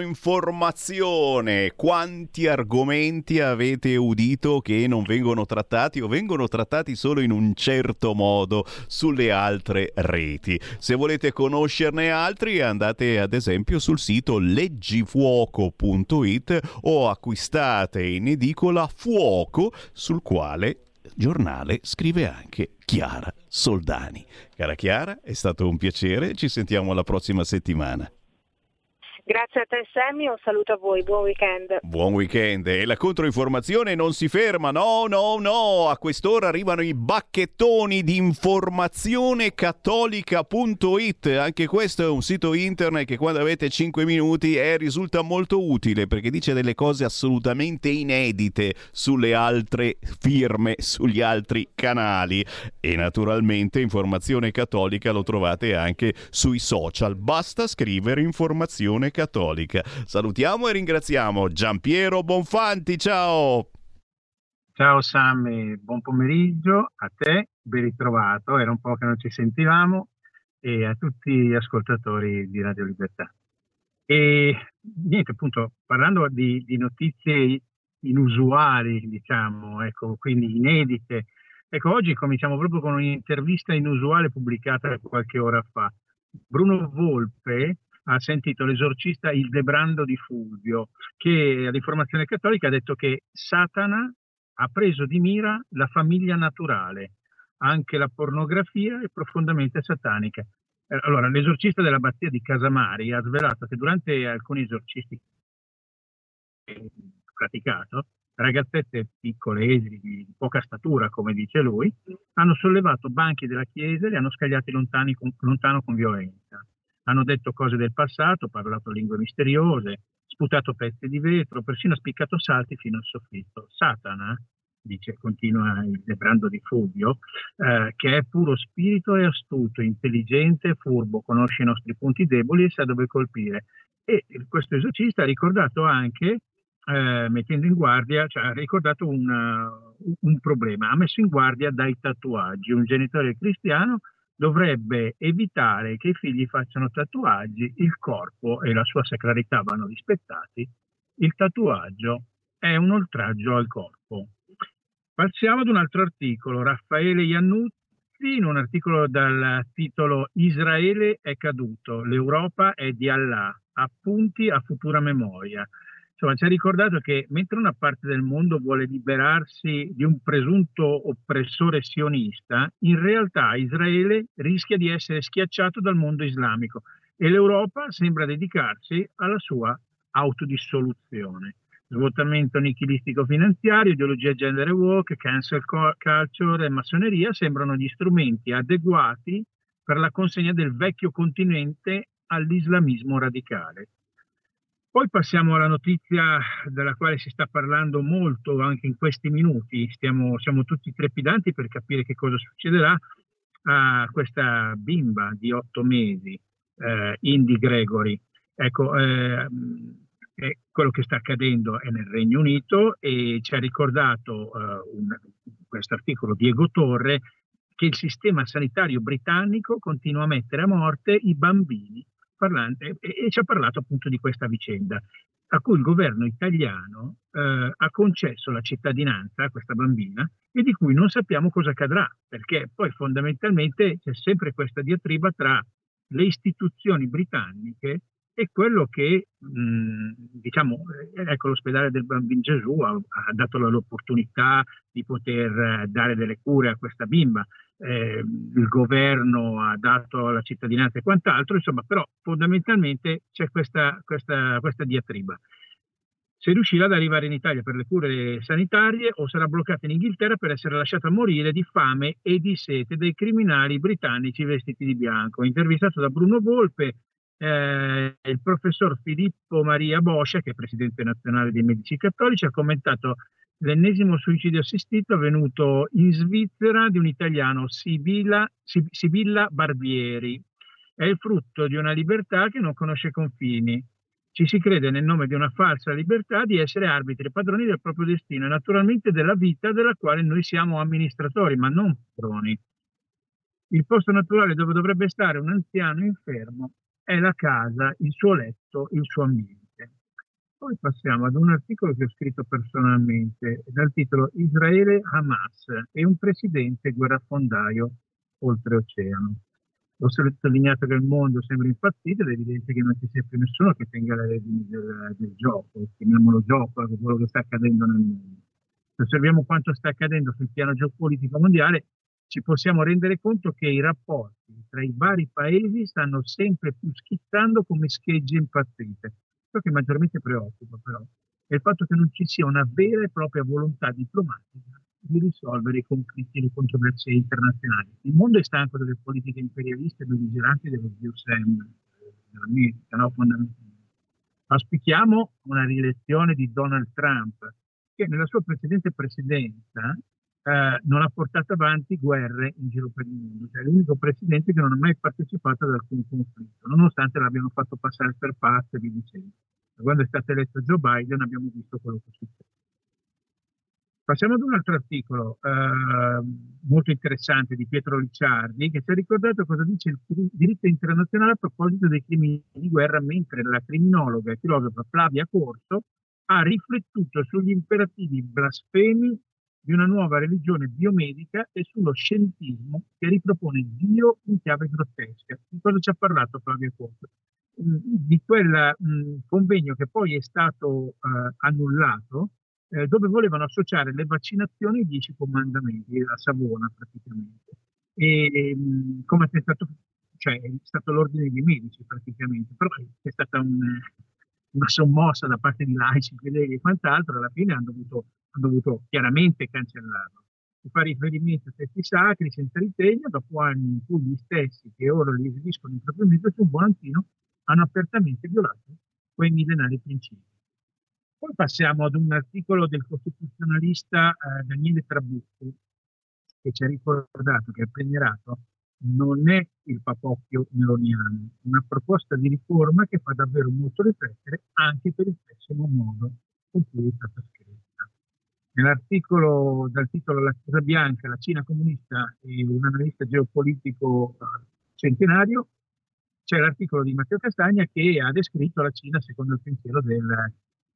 controinformazione. Quanti argomenti avete udito che non vengono trattati o vengono trattati solo in un certo modo sulle altre reti? Se volete conoscerne altri andate ad esempio sul sito leggifuoco punto it o acquistate in edicola Fuoco, sul quale giornale scrive anche Chiara Soldani. Cara Chiara, è stato un piacere, ci sentiamo la prossima settimana. Grazie a te Sammy, un saluto a voi, buon weekend. Buon weekend. E la controinformazione non si ferma, no, no, no, a quest'ora arrivano i bacchettoni di informazione cattolica punto it. Anche questo è un sito internet che quando avete cinque minuti eh, risulta molto utile perché dice delle cose assolutamente inedite sulle altre firme, sugli altri canali. E naturalmente Informazione Cattolica lo trovate anche sui social, basta scrivere Informazione Cattolica. Salutiamo e ringraziamo Giampiero Bonfanti, ciao! Ciao Sammy, buon pomeriggio a te, ben ritrovato, era un po' che non ci sentivamo, e a tutti gli ascoltatori di Radio Libertà. E niente, appunto, parlando di, di notizie inusuali, diciamo, ecco, quindi inedite, ecco, oggi cominciamo proprio con un'intervista inusuale pubblicata qualche ora fa. Bruno Volpe ha sentito l'esorcista Ildebrando di Fulvio, che all'Informazione Cattolica ha detto che Satana ha preso di mira la famiglia naturale, anche la pornografia è profondamente satanica. Allora, l'esorcista dell'abbazia di Casamari ha svelato che durante alcuni esorcisti praticato, ragazzette piccole, esili, di poca statura, come dice lui, hanno sollevato banchi della chiesa e li hanno scagliati lontani con, lontano con violenza. Hanno detto cose del passato, parlato lingue misteriose, sputato pezzi di vetro, persino spiccato salti fino al soffitto. Satana, dice, continua il Ildebrando di Fulvio, eh, che è puro spirito e astuto, intelligente, furbo, conosce i nostri punti deboli e sa dove colpire. E questo esorcista ha ricordato anche, eh, mettendo in guardia, cioè ha ricordato una, un problema, ha messo in guardia dai tatuaggi. Un genitore cristiano dovrebbe evitare che i figli facciano tatuaggi, il corpo e la sua sacralità vanno rispettati, il tatuaggio è un oltraggio al corpo. Passiamo ad un altro articolo, Raffaele Iannuzzi, in un articolo dal titolo Israele è caduto, l'Europa è di Allah, appunti a futura memoria. Insomma, ci ha ricordato che mentre una parte del mondo vuole liberarsi di un presunto oppressore sionista, in realtà Israele rischia di essere schiacciato dal mondo islamico e l'Europa sembra dedicarsi alla sua autodissoluzione. Svuotamento nichilistico finanziario, ideologia gender e woke, cancel culture e massoneria sembrano gli strumenti adeguati per la consegna del vecchio continente all'islamismo radicale. Poi passiamo alla notizia della quale si sta parlando molto anche in questi minuti. Stiamo, siamo tutti trepidanti per capire che cosa succederà a questa bimba di otto mesi, eh, Indy Gregory. Ecco, eh, E quello che sta accadendo è nel Regno Unito e ci ha ricordato uh, questo articolo Diego Torre che il sistema sanitario britannico continua a mettere a morte i bambini parlanti, e, e ci ha parlato appunto di questa vicenda a cui il governo italiano uh, ha concesso la cittadinanza a questa bambina e di cui non sappiamo cosa accadrà, perché poi fondamentalmente c'è sempre questa diatriba tra le istituzioni britanniche e quello che, mh, diciamo, ecco, l'ospedale del Bambino Gesù ha, ha dato l'opportunità di poter dare delle cure a questa bimba, eh, il governo ha dato la cittadinanza e quant'altro, insomma, però fondamentalmente c'è questa, questa, questa diatriba. Se riuscirà ad arrivare in Italia per le cure sanitarie o sarà bloccata in Inghilterra per essere lasciata morire di fame e di sete dai criminali britannici vestiti di bianco. Intervistato da Bruno Volpe, Eh, il professor Filippo Maria Boscia, che è presidente nazionale dei medici cattolici, ha commentato l'ennesimo suicidio assistito avvenuto in Svizzera di un italiano, Sibilla, Sibilla Barbieri. È il frutto di una libertà che non conosce confini. Ci si crede nel nome di una falsa libertà di essere arbitri e padroni del proprio destino e naturalmente della vita della quale noi siamo amministratori, ma non padroni. Il posto naturale dove dovrebbe stare un anziano infermo è la casa, il suo letto, il suo ambiente. Poi passiamo ad un articolo che ho scritto personalmente dal titolo Israele Hamas e un presidente guerrafondaio oltreoceano. Ho sottolineato che il mondo sembra impazzito ed è evidente che non ci sia più nessuno che tenga le redini del, del gioco, chiamiamolo gioco, quello che sta accadendo nel mondo. Se osserviamo quanto sta accadendo sul piano geopolitico mondiale, ci possiamo rendere conto che i rapporti tra i vari paesi stanno sempre più schizzando come schegge impazzite. Ciò che maggiormente preoccupa però è il fatto che non ci sia una vera e propria volontà diplomatica di risolvere i conflitti e le controversie internazionali. Il mondo è stanco delle politiche imperialiste e belligeranti dello zio Sam, dell'America, no? Fondamentalmente. Auspichiamo una rielezione di Donald Trump, che nella sua precedente presidenza Eh, non ha portato avanti guerre in giro per il mondo, cioè è l'unico presidente che non ha mai partecipato ad alcun conflitto, nonostante l'abbiano fatto passare per pazzo e via dicendo. Quando è stato eletto Joe Biden abbiamo visto quello che succede. Passiamo ad un altro articolo eh, molto interessante di Pietro Licciardi, che ci ha ricordato cosa dice il diritto internazionale a proposito dei crimini di guerra, mentre la criminologa e filosofa Flavia Corso ha riflettuto sugli imperativi blasfemi di una nuova religione biomedica e sullo scientismo che ripropone Dio in chiave grottesca. Di cosa ci ha parlato Flavia Corso? Di quel mh, convegno che poi è stato eh, annullato, eh, dove volevano associare le vaccinazioni ai dieci comandamenti, a Savona praticamente. E mh, come è stato, cioè, è stato l'ordine dei medici praticamente, però c'è stata un, una sommossa da parte di laici, fedeli e quant'altro, alla fine hanno dovuto hanno dovuto chiaramente cancellarlo. Si fa riferimento a testi sacri senza ritegno, dopo anni in cui gli stessi che ora li esibiscono in proprio mezzo sul volantino hanno apertamente violato quei millenari principi. Poi passiamo ad un articolo del costituzionalista eh, Daniele Trabucchi, che ci ha ricordato che il premierato non è il papocchio meloniano, una proposta di riforma che fa davvero molto riflettere anche per il pessimo modo con cui è stata scritta. nell'articolo dal titolo La Casa Bianca, la Cina comunista e un analista geopolitico eh, centenario, c'è l'articolo di Matteo Castagna che ha descritto la Cina secondo il pensiero del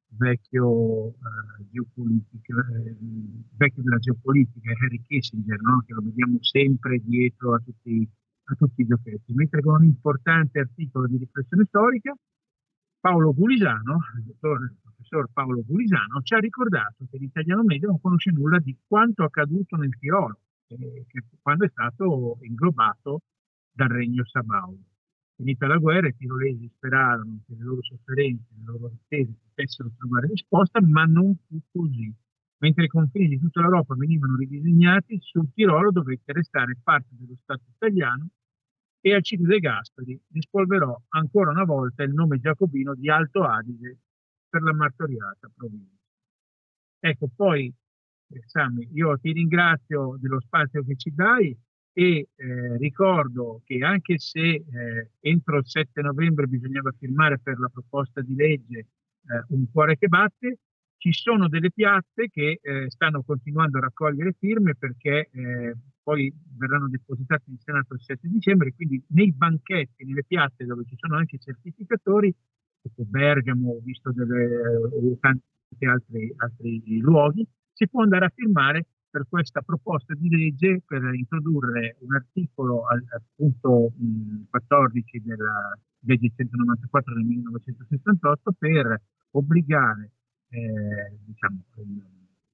vecchio eh, geopolitica, eh, vecchio della geopolitica, Henry Kissinger, no? Che lo vediamo sempre dietro a tutti, a tutti i giochetti. Mentre con un importante articolo di riflessione storica, Paolo Gulisano, il dottor, il professor Paolo Gulisano, ci ha ricordato che l'italiano medio non conosce nulla di quanto accaduto nel Tirolo, eh, che quando è stato inglobato dal regno sabaudo. Finita la guerra, i tirolesi sperarono che le loro sofferenze, le loro attese potessero trovare risposta, ma non fu così. Mentre i confini di tutta l'Europa venivano ridisegnati, sul Tirolo dovette restare parte dello Stato italiano e Alcide De Gasperi rispolverò ancora una volta il nome giacobino di Alto Adige per la martoriata provincia. Ecco, poi, eh, Sammy, io ti ringrazio dello spazio che ci dai e eh, ricordo che anche se eh, entro il sette novembre bisognava firmare per la proposta di legge eh, Un cuore che batte, ci sono delle piazze che eh, stanno continuando a raccogliere firme perché eh, poi verranno depositate in Senato il sette dicembre, quindi nei banchetti, nelle piazze dove ci sono anche certificatori, tipo Bergamo, ho visto delle, eh, tanti altri, altri luoghi, si può andare a firmare per questa proposta di legge per introdurre un articolo al, al punto mh, quattordici della legge centonovantaquattro del millenovecentosessantotto per obbligare eh, diciamo, il,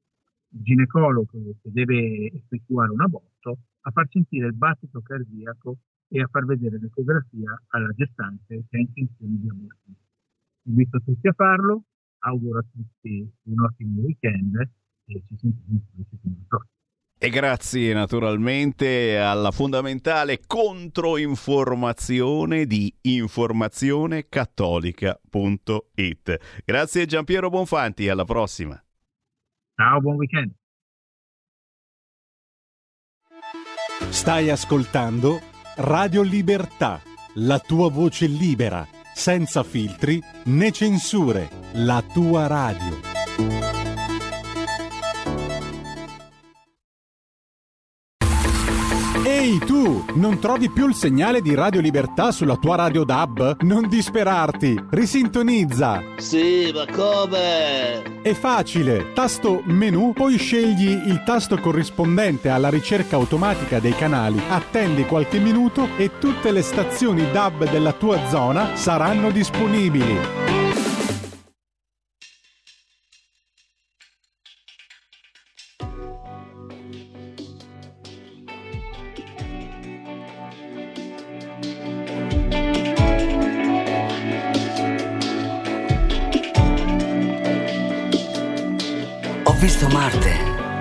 il ginecologo che deve effettuare un aborto a far sentire il battito cardiaco e a far vedere l'ecografia alla gestante che ha intenzione di abortire. Invito tutti a farlo, auguro a tutti un ottimo weekend e ci sentiamo il secondo giorno. E grazie naturalmente alla fondamentale controinformazione di informazionecattolica punto it. Grazie Giampiero Bonfanti, alla prossima. Ciao, buon weekend. Stai ascoltando Radio Libertà, la tua voce libera, senza filtri né censure, la tua radio. Ehi tu, non trovi più il segnale di Radio Libertà sulla tua radio D A B? Non disperarti, risintonizza! Sì, ma come? È facile, tasto menu, poi scegli il tasto corrispondente alla ricerca automatica dei canali, attendi qualche minuto e tutte le stazioni D A B della tua zona saranno disponibili. Ho visto Marte.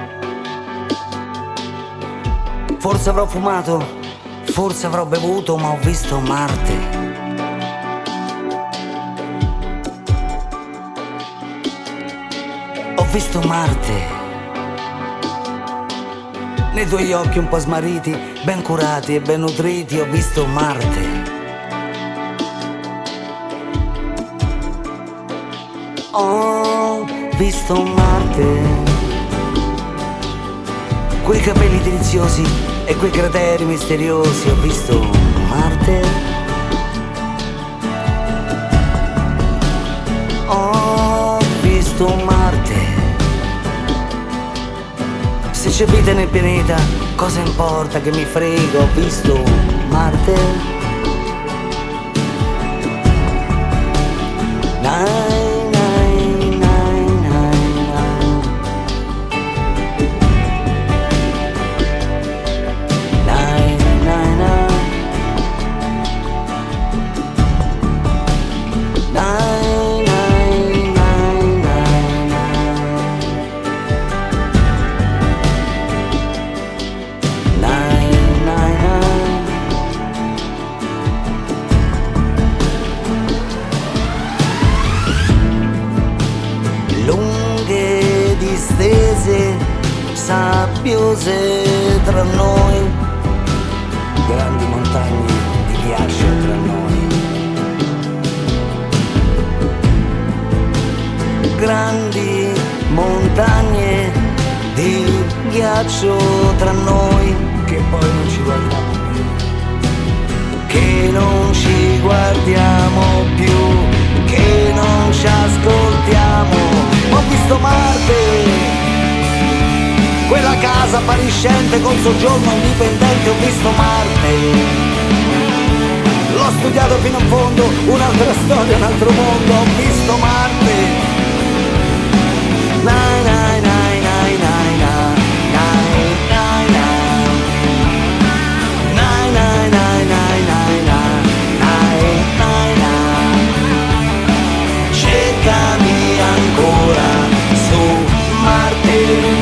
Forse avrò fumato, forse avrò bevuto, ma ho visto Marte. Ho visto Marte. Nei tuoi occhi un po' smarriti, ben curati e ben nutriti, ho visto Marte. Ho visto Marte. Quei capelli deliziosi e quei crateri misteriosi, ho visto Marte. Ho visto Marte. Se c'è vita nel pianeta, cosa importa che mi frega, ho visto Marte. Nine. Sabbiose tra noi, grandi montagne di ghiaccio tra noi, grandi montagne di ghiaccio tra noi, che poi non ci guardiamo più, che non ci guardiamo più, che non ci ascoltiamo. Ho visto Marte, quella casa appariscente col soggiorno indipendente. Ho visto Marte, l'ho studiato fino in fondo, un'altra storia, un altro mondo. Ho visto Marte. Nai, nai, nai, nai, nai, nai, nai, nai, nai, nai, nai, nai, nai, nai, nai, nai. Cercami ancora su Marte,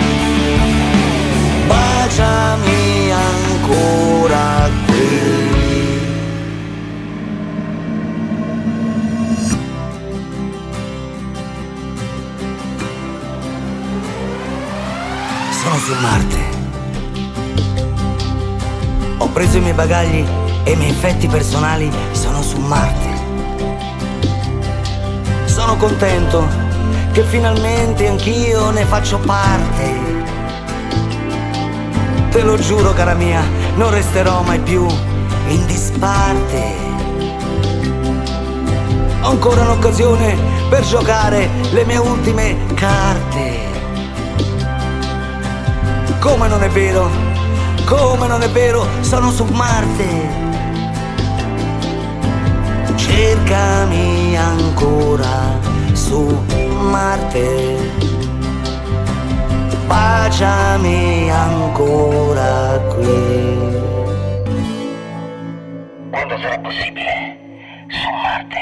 baciami ancora qui. Sono su Marte. Ho preso i miei bagagli e i miei effetti personali. Sono su Marte. Sono contento che finalmente anch'io ne faccio parte. Te lo giuro, cara mia, non resterò mai più in disparte. Ho ancora un'occasione per giocare le mie ultime carte. Come non è vero, come non è vero, sono su Marte. Cercami ancora su Marte, baciami ancora qui. Quando sarà possibile, su Marte.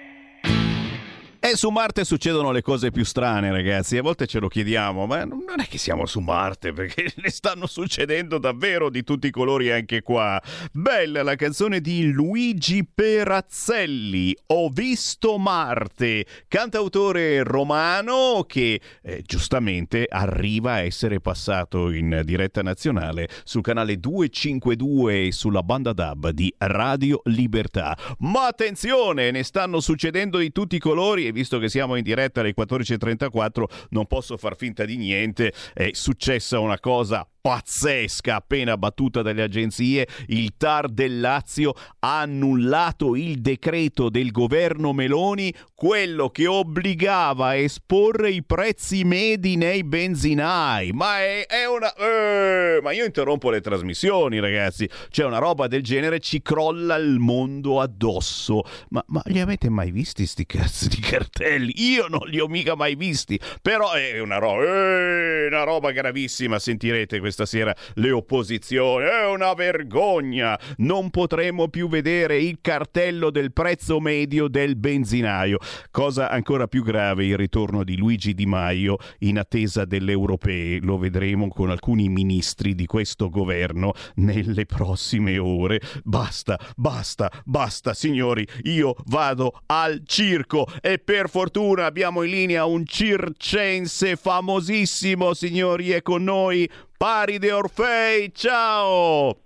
E su Marte succedono le cose più strane, ragazzi. A volte ce lo chiediamo, ma non è che siamo su Marte, perché ne stanno succedendo davvero di tutti i colori anche qua. Bella la canzone di Luigi Perazzelli, Ho visto Marte, cantautore romano che eh, giustamente arriva a essere passato in diretta nazionale sul canale duecentocinquantadue e sulla banda D A B di Radio Libertà. Ma attenzione, ne stanno succedendo di tutti i colori e visto che siamo in diretta alle quattordici e trentaquattro non posso far finta di niente. È successa una cosa pazzesca appena battuta dalle agenzie. Il T A R del Lazio ha annullato il decreto del governo Meloni, quello che obbligava a esporre i prezzi medi nei benzinai. Ma è, è una eh, ma io interrompo le trasmissioni, ragazzi. C'è una roba del genere, ci crolla il mondo addosso. Ma, ma li avete mai visti sti cazzo di cartelli? Io non li ho mica mai visti, però è una roba eh, una roba gravissima. Sentirete questa sera le opposizioni. È una vergogna, non potremo più vedere il cartello del prezzo medio del benzinaio. Cosa ancora più grave, il ritorno di Luigi Di Maio in attesa delle europee. Lo vedremo con alcuni ministri di questo governo nelle prossime ore. Basta, basta, basta signori, io vado al circo e per fortuna abbiamo in linea un circense famosissimo, signori, è con noi Paride Orfei. Ciao!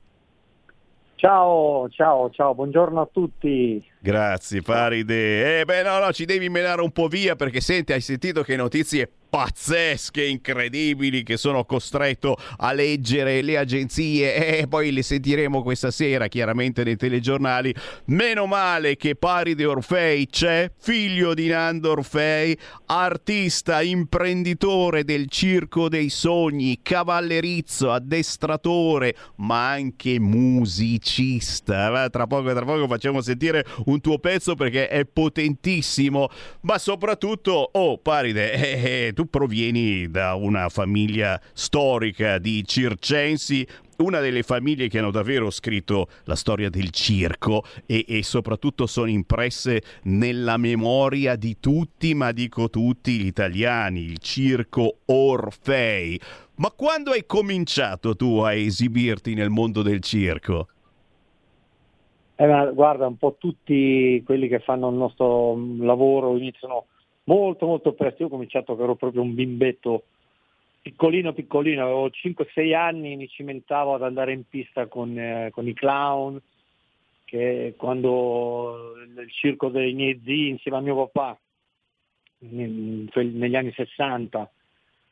Ciao, ciao, ciao, buongiorno a tutti. Grazie Paride. Eh beh no, no, ci devi menare un po' via perché senti, hai sentito che notizie pazzesche, incredibili che sono costretto a leggere le agenzie e poi le sentiremo questa sera chiaramente nei telegiornali. Meno male che Paride Orfei c'è, figlio di Nando Orfei, artista, imprenditore del Circo dei Sogni, cavallerizzo, addestratore, ma anche musicista. Tra poco, tra poco facciamo sentire un tuo pezzo perché è potentissimo, ma soprattutto, oh Paride, eh, eh, tu provieni da una famiglia storica di circensi, una delle famiglie che hanno davvero scritto la storia del circo e, e soprattutto sono impresse nella memoria di tutti, ma dico tutti gli italiani, il Circo Orfei. Ma quando hai cominciato tu a esibirti nel mondo del circo? Eh, guarda, un po' tutti quelli che fanno il nostro lavoro iniziano molto molto presto. Io ho cominciato che ero proprio un bimbetto piccolino piccolino, avevo cinque sei anni, mi cimentavo ad andare in pista con, eh, con i clown, che quando nel circo dei miei zii insieme a mio papà negli anni sessanta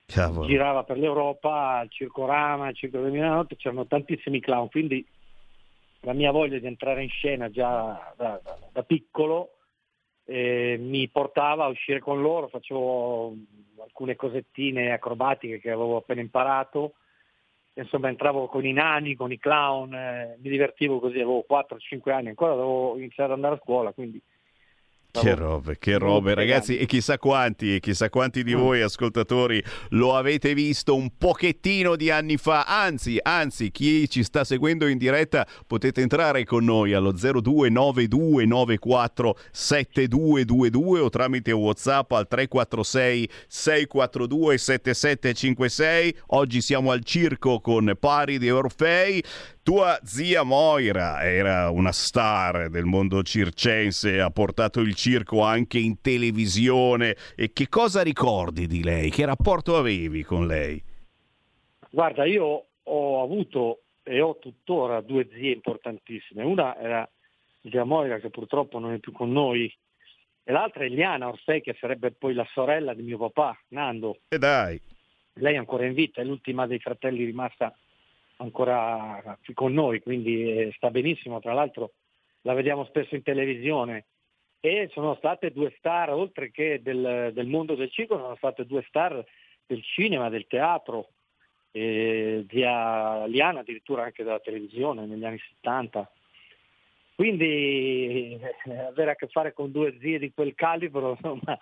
Cavolo. Girava per l'Europa, al Circo Rama, al Circo del Milano, c'erano tantissimi clown, quindi la mia voglia di entrare in scena già da, da, da piccolo eh, mi portava a uscire con loro, facevo alcune cosettine acrobatiche che avevo appena imparato, insomma entravo con i nani, con i clown, eh, mi divertivo così, avevo quattro cinque anni, ancora dovevo iniziare ad andare a scuola, quindi... Che robe, che robe, ragazzi, e chissà quanti, e chissà quanti di voi ascoltatori lo avete visto un pochettino di anni fa, anzi, anzi, chi ci sta seguendo in diretta potete entrare con noi allo zero due nove due nove quattro sette due due due o tramite WhatsApp al tre quattro sei sei quattro due sette sette cinque sei. Oggi siamo al circo con Paride Orfei. Tua zia Moira era una star del mondo circense, ha portato il circo anche in televisione. E che cosa ricordi di lei? Che rapporto avevi con lei? Guarda, io ho avuto e ho tuttora due zie importantissime. Una era zia Moira, che purtroppo non è più con noi, e l'altra è Eliana Orfei, che sarebbe poi la sorella di mio papà, Nando. E dai! Lei è ancora in vita, è l'ultima dei fratelli rimasta ancora qui con noi, quindi sta benissimo, tra l'altro la vediamo spesso in televisione, e sono state due star, oltre che del, del mondo del circo, sono state due star del cinema, del teatro, e zia Liana addirittura anche della televisione negli anni settanta, quindi eh, avere a che fare con due zie di quel calibro, insomma,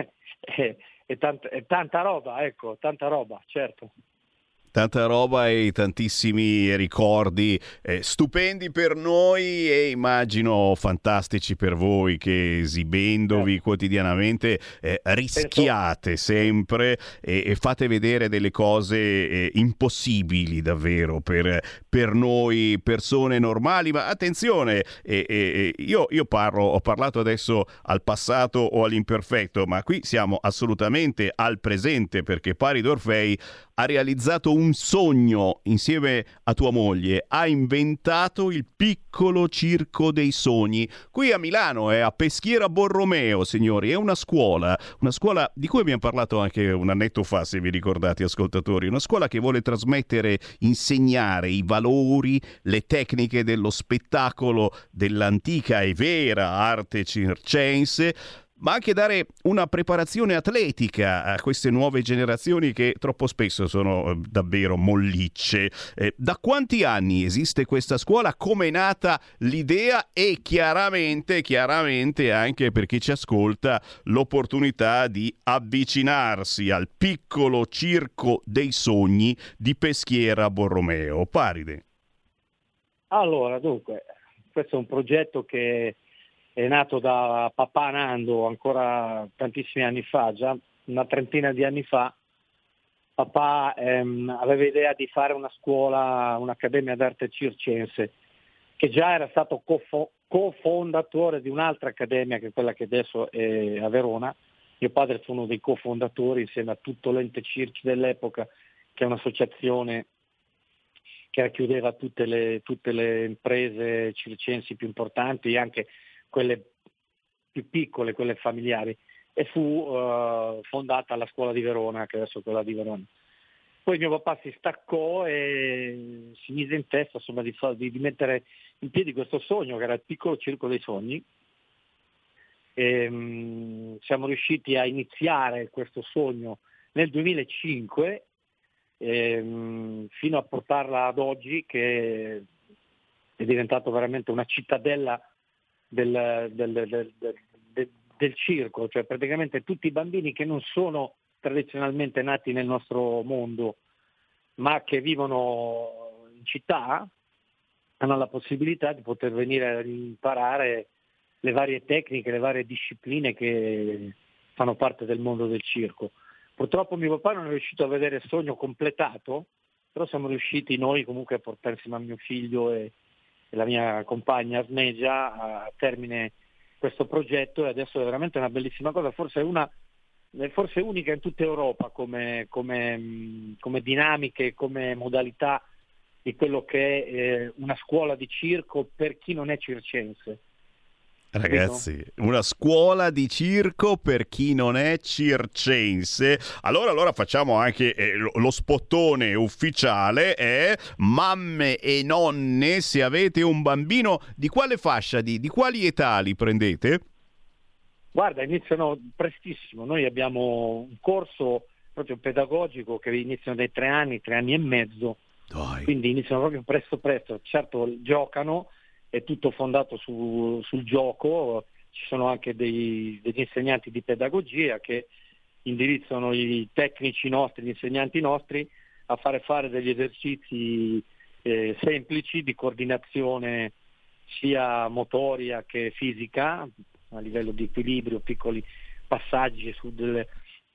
è, è, tanta, è tanta roba, ecco, tanta roba, certo. Tanta roba e tantissimi ricordi eh, stupendi per noi, e immagino fantastici per voi, che esibendovi eh. quotidianamente eh, rischiate sempre e, e fate vedere delle cose eh, impossibili davvero per, per noi persone normali. Ma attenzione, eh, eh, io, io parlo, ho parlato adesso al passato o all'imperfetto, ma qui siamo assolutamente al presente, perché Paride Orfei ha realizzato un sogno insieme a tua moglie, ha inventato il piccolo circo dei sogni qui a Milano, è a Peschiera Borromeo, signori. È una scuola, una scuola di cui abbiamo parlato anche un annetto fa, se vi ricordate ascoltatori, una scuola che vuole trasmettere, insegnare i valori, le tecniche dello spettacolo, dell'antica e vera arte circense, ma anche dare una preparazione atletica a queste nuove generazioni che troppo spesso sono davvero mollicce. Eh, da quanti anni esiste questa scuola? Come è nata l'idea? E chiaramente, chiaramente anche per chi ci ascolta, l'opportunità di avvicinarsi al piccolo circo dei sogni di Peschiera Borromeo. Paride. Allora, dunque, questo è un progetto che è nato da papà Nando ancora tantissimi anni fa, già una trentina di anni fa. Papà ehm, aveva idea di fare una scuola, un'accademia d'arte circense, che già era stato cofo- cofondatore di un'altra accademia, che è quella che adesso è a Verona. Mio padre fu uno dei cofondatori insieme a tutto l'Ente Circi dell'epoca, che è un'associazione che racchiudeva tutte le, tutte le imprese circensi più importanti, anche quelle più piccole, quelle familiari, e fu uh, fondata la scuola di Verona, che adesso è quella di Verona. Poi mio papà si staccò e si mise in testa, insomma, di, di, di mettere in piedi questo sogno, che era il piccolo circo dei sogni. E, um, siamo riusciti a iniziare questo sogno nel duemilacinque, e, um, fino a portarla ad oggi, che è diventato veramente una cittadella Del, del, del, del, del circo, cioè praticamente tutti i bambini che non sono tradizionalmente nati nel nostro mondo, ma che vivono in città, hanno la possibilità di poter venire a imparare le varie tecniche, le varie discipline che fanno parte del mondo del circo. Purtroppo mio papà non è riuscito a vedere il sogno completato, però siamo riusciti noi comunque a portare insieme a mio figlio e e la mia compagna Arnegia a termine questo progetto, e adesso è veramente una bellissima cosa, forse è una forse unica in tutta Europa come, come, come dinamiche, come modalità di quello che è eh, una scuola di circo per chi non è circense. Ragazzi, una scuola di circo per chi non è circense. Allora, allora facciamo anche eh, lo, lo spottone ufficiale. È mamme e nonne, se avete un bambino, di quale fascia, di, di quali età li prendete? Guarda, iniziano prestissimo. Noi abbiamo un corso proprio pedagogico che iniziano dai tre anni, tre anni e mezzo. Dai. Quindi iniziano proprio presto presto. Certo, giocano, è tutto fondato su, sul gioco, ci sono anche dei, degli insegnanti di pedagogia che indirizzano i tecnici nostri, gli insegnanti nostri, a fare fare degli esercizi eh, semplici di coordinazione sia motoria che fisica, a livello di equilibrio, piccoli passaggi su delle,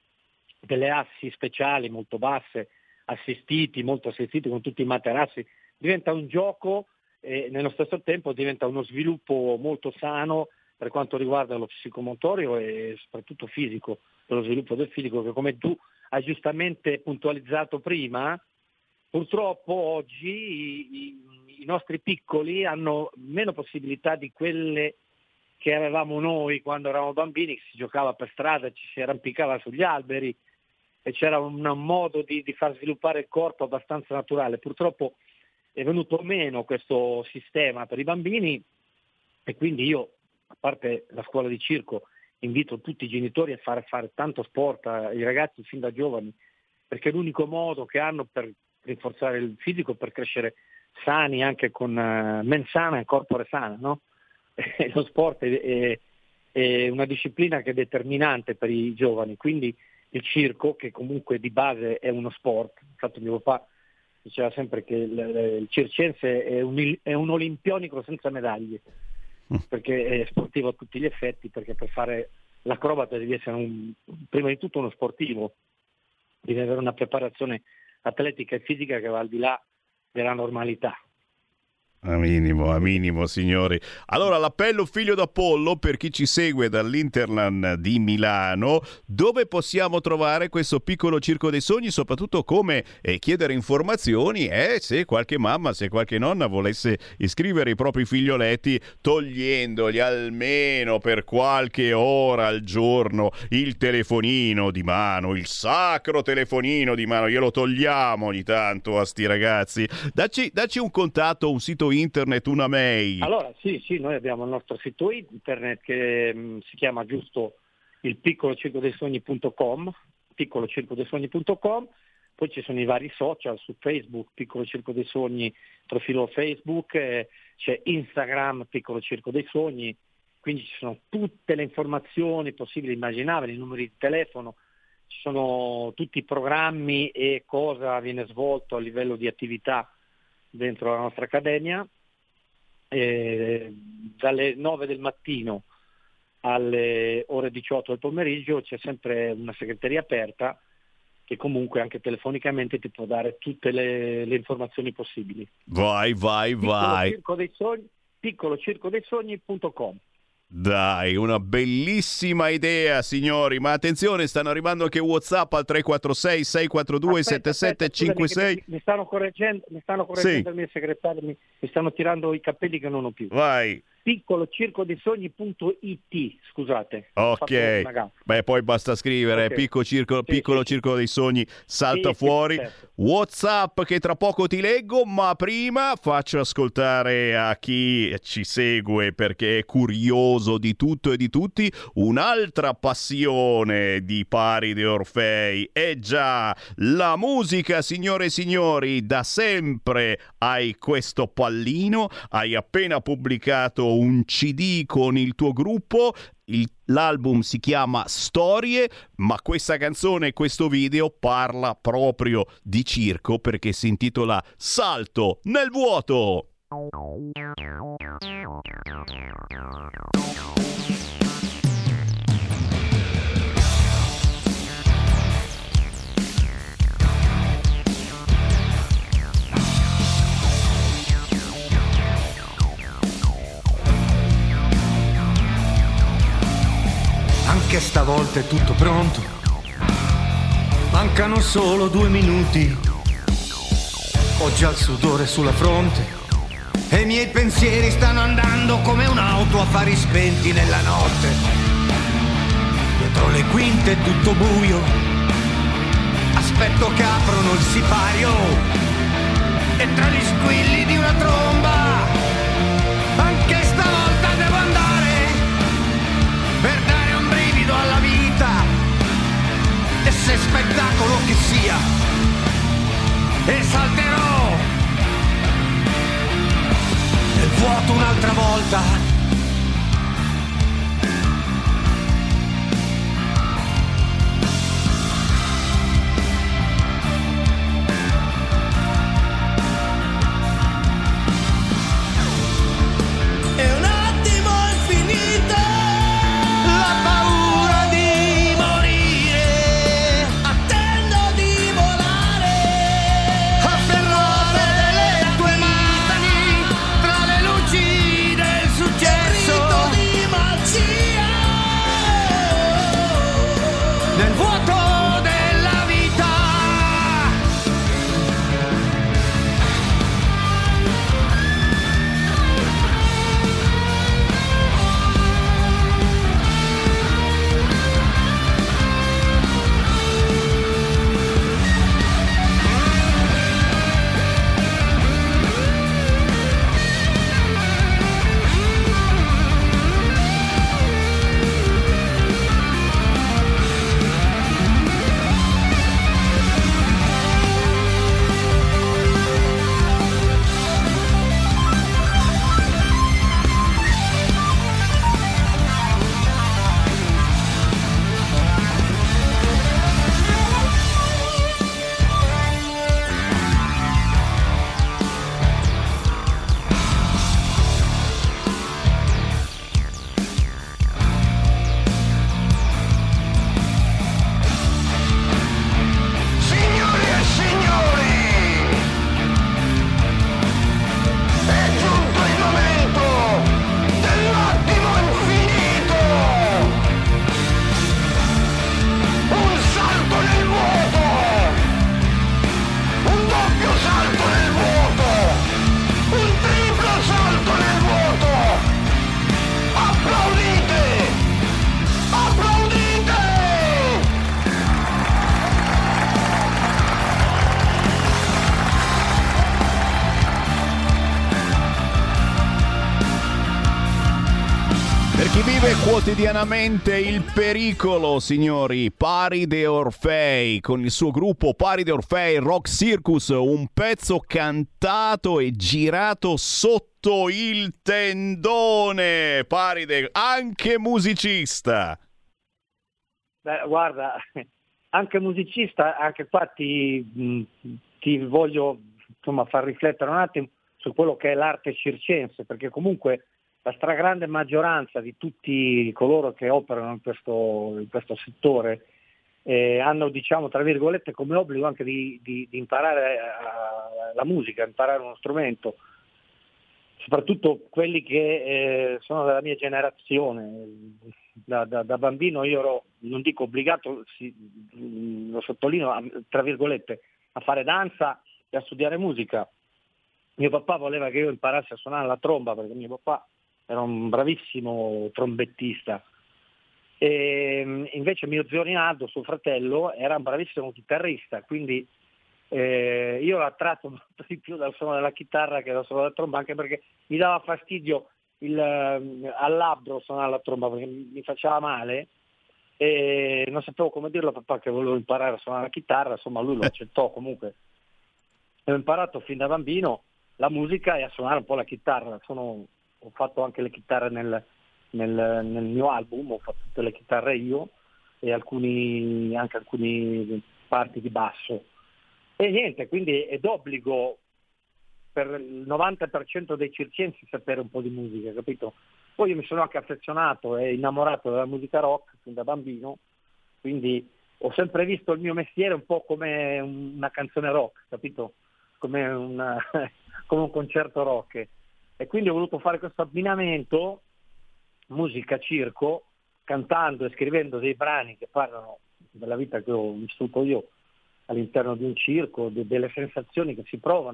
delle assi speciali molto basse, assistiti, molto assistiti con tutti i materassi. Diventa un gioco e nello stesso tempo diventa uno sviluppo molto sano per quanto riguarda lo psicomotorio e soprattutto fisico, per lo sviluppo del fisico, che come tu hai giustamente puntualizzato prima, purtroppo oggi i, i, i nostri piccoli hanno meno possibilità di quelle che avevamo noi quando eravamo bambini, si giocava per strada, ci si arrampicava sugli alberi e c'era un, un modo di, di far sviluppare il corpo abbastanza naturale. Purtroppo è venuto meno questo sistema per i bambini e quindi io, a parte la scuola di circo, invito tutti i genitori a fare, fare tanto sport ai ragazzi fin da giovani, perché è l'unico modo che hanno per rinforzare il fisico, per crescere sani anche con uh, mens sana e corpore sana, no? Lo sport è, è, è una disciplina che è determinante per i giovani, quindi il circo, che comunque di base è uno sport, infatti mio papà diceva sempre che il, il circense è un, è un olimpionico senza medaglie, perché è sportivo a tutti gli effetti, perché per fare l'acrobata devi essere un, prima di tutto uno sportivo, devi avere una preparazione atletica e fisica che va al di là della normalità. A minimo, a minimo, signori. Allora, l'appello figlio d'Apollo per chi ci segue dall'Interland di Milano: dove possiamo trovare questo piccolo circo dei sogni, soprattutto come eh, chiedere informazioni e eh, se qualche mamma, se qualche nonna volesse iscrivere i propri figlioletti, togliendogli almeno per qualche ora al giorno il telefonino di mano, il sacro telefonino di mano. Glielo togliamo ogni tanto a sti ragazzi. Dacci, dacci un contatto, un sito internet, una mail. Allora sì, sì, noi abbiamo il nostro sito internet che mh, si chiama giusto il piccolo circo dei sogni punto com, piccolo circo dei sogni punto com, poi ci sono i vari social su Facebook, Piccolo Circo dei Sogni, profilo Facebook, eh, c'è Instagram, Piccolo Circo dei Sogni, quindi ci sono tutte le informazioni possibili e immaginabili, i numeri di telefono, ci sono tutti i programmi e cosa viene svolto a livello di attività dentro la nostra accademia, eh, dalle nove del mattino alle ore diciotto del pomeriggio c'è sempre una segreteria aperta che comunque anche telefonicamente ti può dare tutte le, le informazioni possibili. Vai, vai, vai. Piccolo Circo dei Sogni, piccolo circo dei sogni punto com. Dai, una bellissima idea, signori, ma attenzione, stanno arrivando anche WhatsApp al tre quattro sei sei quattro due sette sette cinque sei. Mi, mi stanno correggendo, mi stanno correggendo sì. Il mio segretario, mi, mi stanno tirando i capelli che non ho più. Vai. piccolo circo dei sogni punto it, scusate. Ok, beh, poi basta scrivere okay. piccolo, circo, sì, piccolo sì. circo dei sogni, salta sì, fuori. Sì, certo. WhatsApp che tra poco ti leggo, ma prima faccio ascoltare a chi ci segue, perché è curioso di tutto e di tutti, un'altra passione di Paride Orfei. È già la musica, signore e signori, da sempre hai questo pallino, hai appena pubblicato un C D con il tuo gruppo, il, l'album si chiama Storie, ma questa canzone e questo video parla proprio di circo perché si intitola Salto nel vuoto. Anche stavolta è tutto pronto, mancano solo due minuti, ho già il sudore sulla fronte, e i miei pensieri stanno andando come un'auto a fari spenti nella notte. Dietro le quinte è tutto buio, aspetto che aprono il sipario e tra gli squilli di una tromba anche stavolta devo andare per dare un brivido alla vita, e se spettacolo che sia esalterò nel vuoto un'altra volta. Quotidianamente il pericolo, signori. Paride Orfei con il suo gruppo Paride Orfei Rock Circus, un pezzo cantato e girato sotto il tendone. Paride, anche musicista. Beh, guarda, anche musicista, anche qua ti, ti voglio insomma far riflettere un attimo su quello che è l'arte circense, perché comunque la stragrande maggioranza di tutti coloro che operano in questo, in questo settore eh, hanno, diciamo, tra virgolette, come obbligo anche di, di, di imparare a, la musica, imparare uno strumento, soprattutto quelli che eh, sono della mia generazione. Da, da, da bambino io ero, non dico obbligato, sì, lo sottolineo, a, tra virgolette, a fare danza e a studiare musica. Mio papà voleva che io imparassi a suonare la tromba, perché mio papà era un bravissimo trombettista, e invece mio zio Rinaldo, suo fratello, era un bravissimo chitarrista, quindi eh, io l'ho attratto molto di più dal suono della chitarra che dal suono della tromba, anche perché mi dava fastidio il, al labbro suonare la tromba, perché mi faceva male e non sapevo come dirlo a papà che volevo imparare a suonare la chitarra, insomma lui lo accettò comunque. Ho imparato fin da bambino la musica e a suonare un po' la chitarra. Sono Ho fatto anche le chitarre nel, nel, nel mio album, ho fatto tutte le chitarre io e alcuni, anche alcune parti di basso. E niente, quindi è d'obbligo per il novanta per cento dei circensi sapere un po' di musica, capito? Poi io mi sono anche affezionato e innamorato della musica rock fin da bambino, quindi ho sempre visto il mio mestiere un po' come una canzone rock, capito? Come, una, come un concerto rock. E quindi ho voluto fare questo abbinamento musica-circo, cantando e scrivendo dei brani che parlano della vita che ho vissuto io all'interno di un circo, de- delle sensazioni che si provano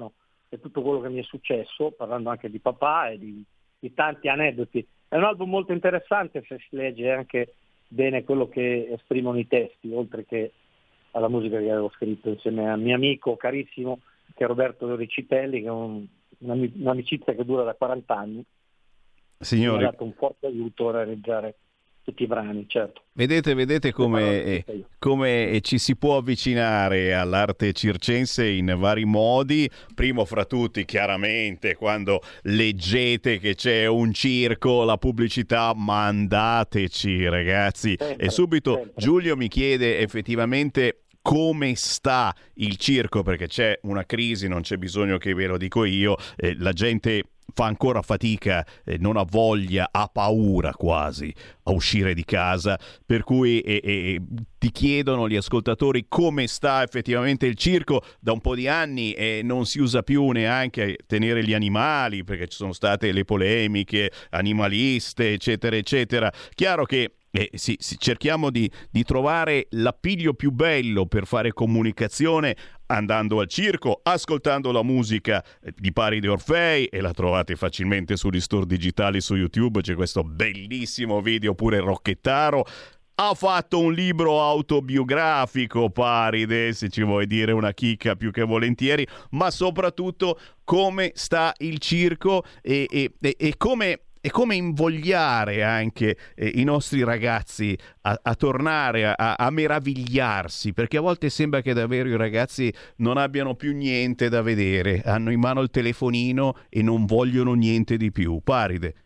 e tutto quello che mi è successo, parlando anche di papà e di, di tanti aneddoti. È un album molto interessante se si legge anche bene quello che esprimono i testi, oltre che alla musica che avevo scritto insieme a mio amico carissimo, che è Roberto Ricitelli, che è un, un'amicizia che dura da quaranta anni. Signori, mi ha dato un forte aiuto a realizzare tutti i brani, certo. Vedete, vedete come, eh, come ci si può avvicinare all'arte circense in vari modi. Primo fra tutti, chiaramente, quando leggete che c'è un circo, la pubblicità, mandateci, ragazzi. Sempre, e subito sempre. Giulio mi chiede effettivamente come sta il circo, perché c'è una crisi, non c'è bisogno che ve lo dico io, eh, la gente fa ancora fatica, eh, non ha voglia, ha paura quasi a uscire di casa, per cui eh, eh, ti chiedono gli ascoltatori come sta effettivamente il circo. Da un po' di anni eh, non si usa più neanche tenere gli animali, perché ci sono state le polemiche animaliste, eccetera eccetera. Chiaro che Eh, sì, sì, cerchiamo di, di trovare l'appiglio più bello per fare comunicazione andando al circo, ascoltando la musica di Paride Orfei, e la trovate facilmente sugli store digitali su YouTube. C'è questo bellissimo video, pure Rocchettaro ha fatto un libro autobiografico, Paride, se ci vuoi dire una chicca più che volentieri, ma soprattutto come sta il circo e, e, e, e come E come invogliare anche eh, i nostri ragazzi a, a tornare a, a meravigliarsi, perché a volte sembra che davvero i ragazzi non abbiano più niente da vedere, hanno in mano il telefonino e non vogliono niente di più. Paride.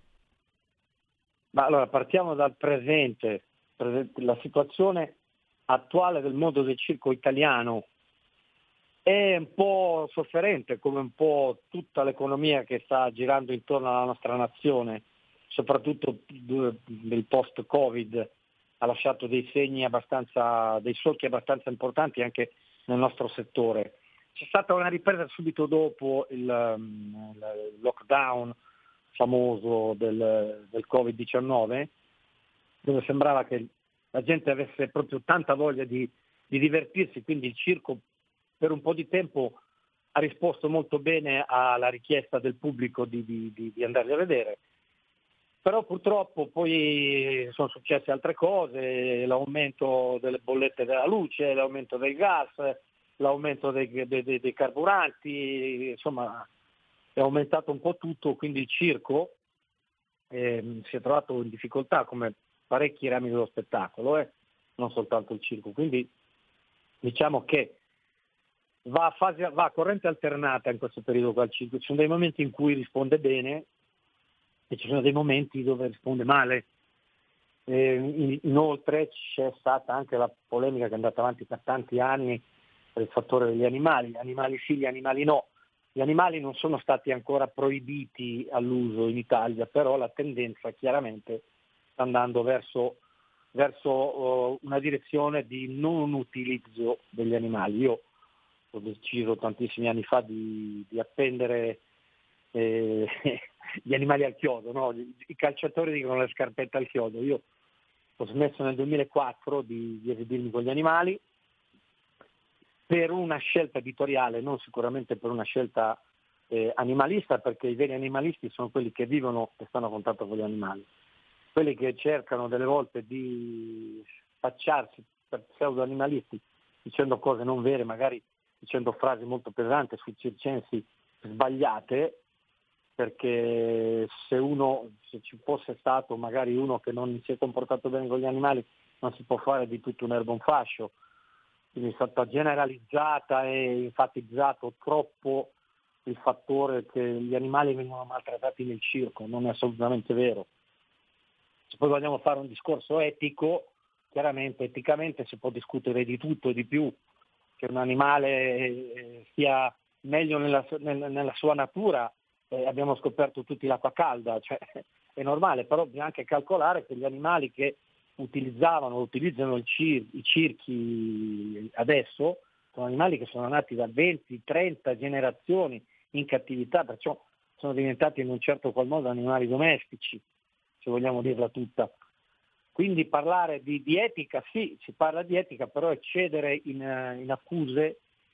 Ma allora partiamo dal presente, la situazione attuale del mondo del circo italiano è un po' sofferente, come un po' tutta l'economia che sta girando intorno alla nostra nazione, soprattutto del post-Covid, ha lasciato dei segni abbastanza, dei solchi abbastanza importanti anche nel nostro settore. C'è stata una ripresa subito dopo il, il lockdown famoso del, del covid diciannove, dove sembrava che la gente avesse proprio tanta voglia di, di divertirsi, quindi il circo per un po' di tempo ha risposto molto bene alla richiesta del pubblico di, di, di, di andarli a vedere. Però purtroppo poi sono successe altre cose, l'aumento delle bollette della luce, l'aumento del gas, l'aumento dei, dei, dei, dei carburanti, insomma è aumentato un po' tutto, quindi il circo eh, si è trovato in difficoltà come parecchi rami dello spettacolo, eh, non soltanto il circo. Quindi diciamo che va a, fase, va a corrente alternata in questo periodo qua al circo. Ci sono dei momenti in cui risponde bene e ci sono dei momenti dove risponde male. E inoltre c'è stata anche la polemica che è andata avanti per tanti anni per il fattore degli animali, animali sì, gli animali no. Gli animali non sono stati ancora proibiti all'uso in Italia, però la tendenza chiaramente sta andando verso, verso uh, una direzione di non utilizzo degli animali. Io ho deciso tantissimi anni fa di, di appendere eh, gli animali al chiodo, no? I calciatori dicono le scarpette al chiodo. Io ho smesso nel duemilaquattro di, di esibirmi con gli animali per una scelta editoriale, non sicuramente per una scelta eh, animalista, perché i veri animalisti sono quelli che vivono e stanno a contatto con gli animali. Quelli che cercano delle volte di spacciarsi per pseudo-animalisti dicendo cose non vere, magari dicendo frasi molto pesanti sui circensi sbagliate, perché se uno, se ci fosse stato magari uno che non si è comportato bene con gli animali, non si può fare di tutto un erba un fascio. Quindi è stata generalizzata e enfatizzato troppo il fattore che gli animali vengono maltrattati nel circo, non è assolutamente vero. Se poi vogliamo fare un discorso etico, chiaramente eticamente si può discutere di tutto e di più, che un animale sia meglio nella, nella sua natura, eh, abbiamo scoperto tutti l'acqua calda, cioè è normale, però bisogna anche calcolare che gli animali che utilizzavano, utilizzano il cir- i circhi adesso, sono animali che sono nati da venti trenta generazioni in cattività, perciò sono diventati in un certo qual modo animali domestici, se vogliamo dirla tutta. Quindi parlare di, di etica, sì, si parla di etica, però eccedere in, in accuse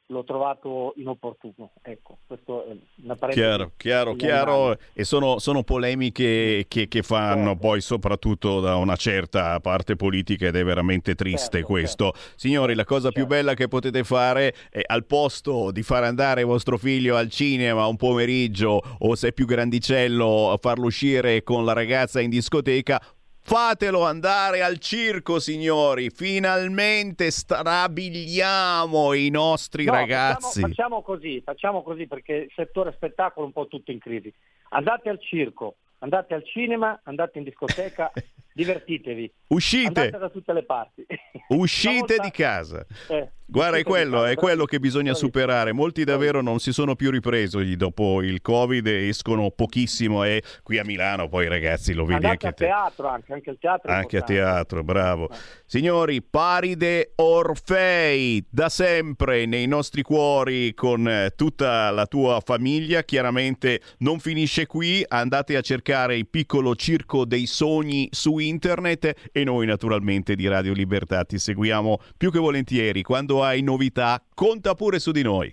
l'ho trovato inopportuno. Ecco, questo è una parentesi. Chiaro, chiaro, chiaro. E sono, sono polemiche che, che fanno certo. poi soprattutto da una certa parte politica ed è veramente triste certo, questo. Certo. Signori, la cosa certo. più bella che potete fare è, al posto di far andare vostro figlio al cinema un pomeriggio o se è più grandicello a farlo uscire con la ragazza in discoteca, fatelo andare al circo, signori. Finalmente strabiliamo i nostri no, ragazzi. Facciamo, facciamo così, facciamo così perché il settore spettacolo è un po' tutto in crisi. Andate al circo, andate al cinema, andate in discoteca, divertitevi. Uscite. Andate da tutte le parti. Uscite volta... di casa. Eh, Guarda, è quello, casa, è quello che bisogna bravi. superare. Molti davvero non si sono più ripresi dopo il Covid, escono pochissimo e qui a Milano poi ragazzi lo vedi andate anche a te. teatro, anche, anche il teatro. Anche a teatro, bravo. Eh. Signori, Paride Orfei, da sempre nei nostri cuori con tutta la tua famiglia. Chiaramente non finisce qui, andate a cercare il piccolo circo dei sogni su internet e noi naturalmente di Radio Libertà ti seguiamo più che volentieri. Quando hai novità, conta pure su di noi.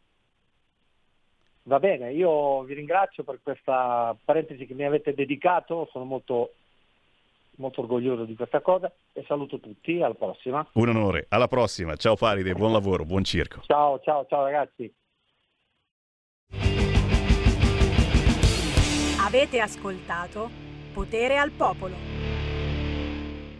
Va bene, io vi ringrazio per questa parentesi che mi avete dedicato, sono molto, molto orgoglioso di questa cosa e saluto tutti, alla prossima. Un onore, alla prossima, ciao Paride, buon lavoro, buon circo. Ciao, ciao, ciao ragazzi. Avete ascoltato Potere al Popolo.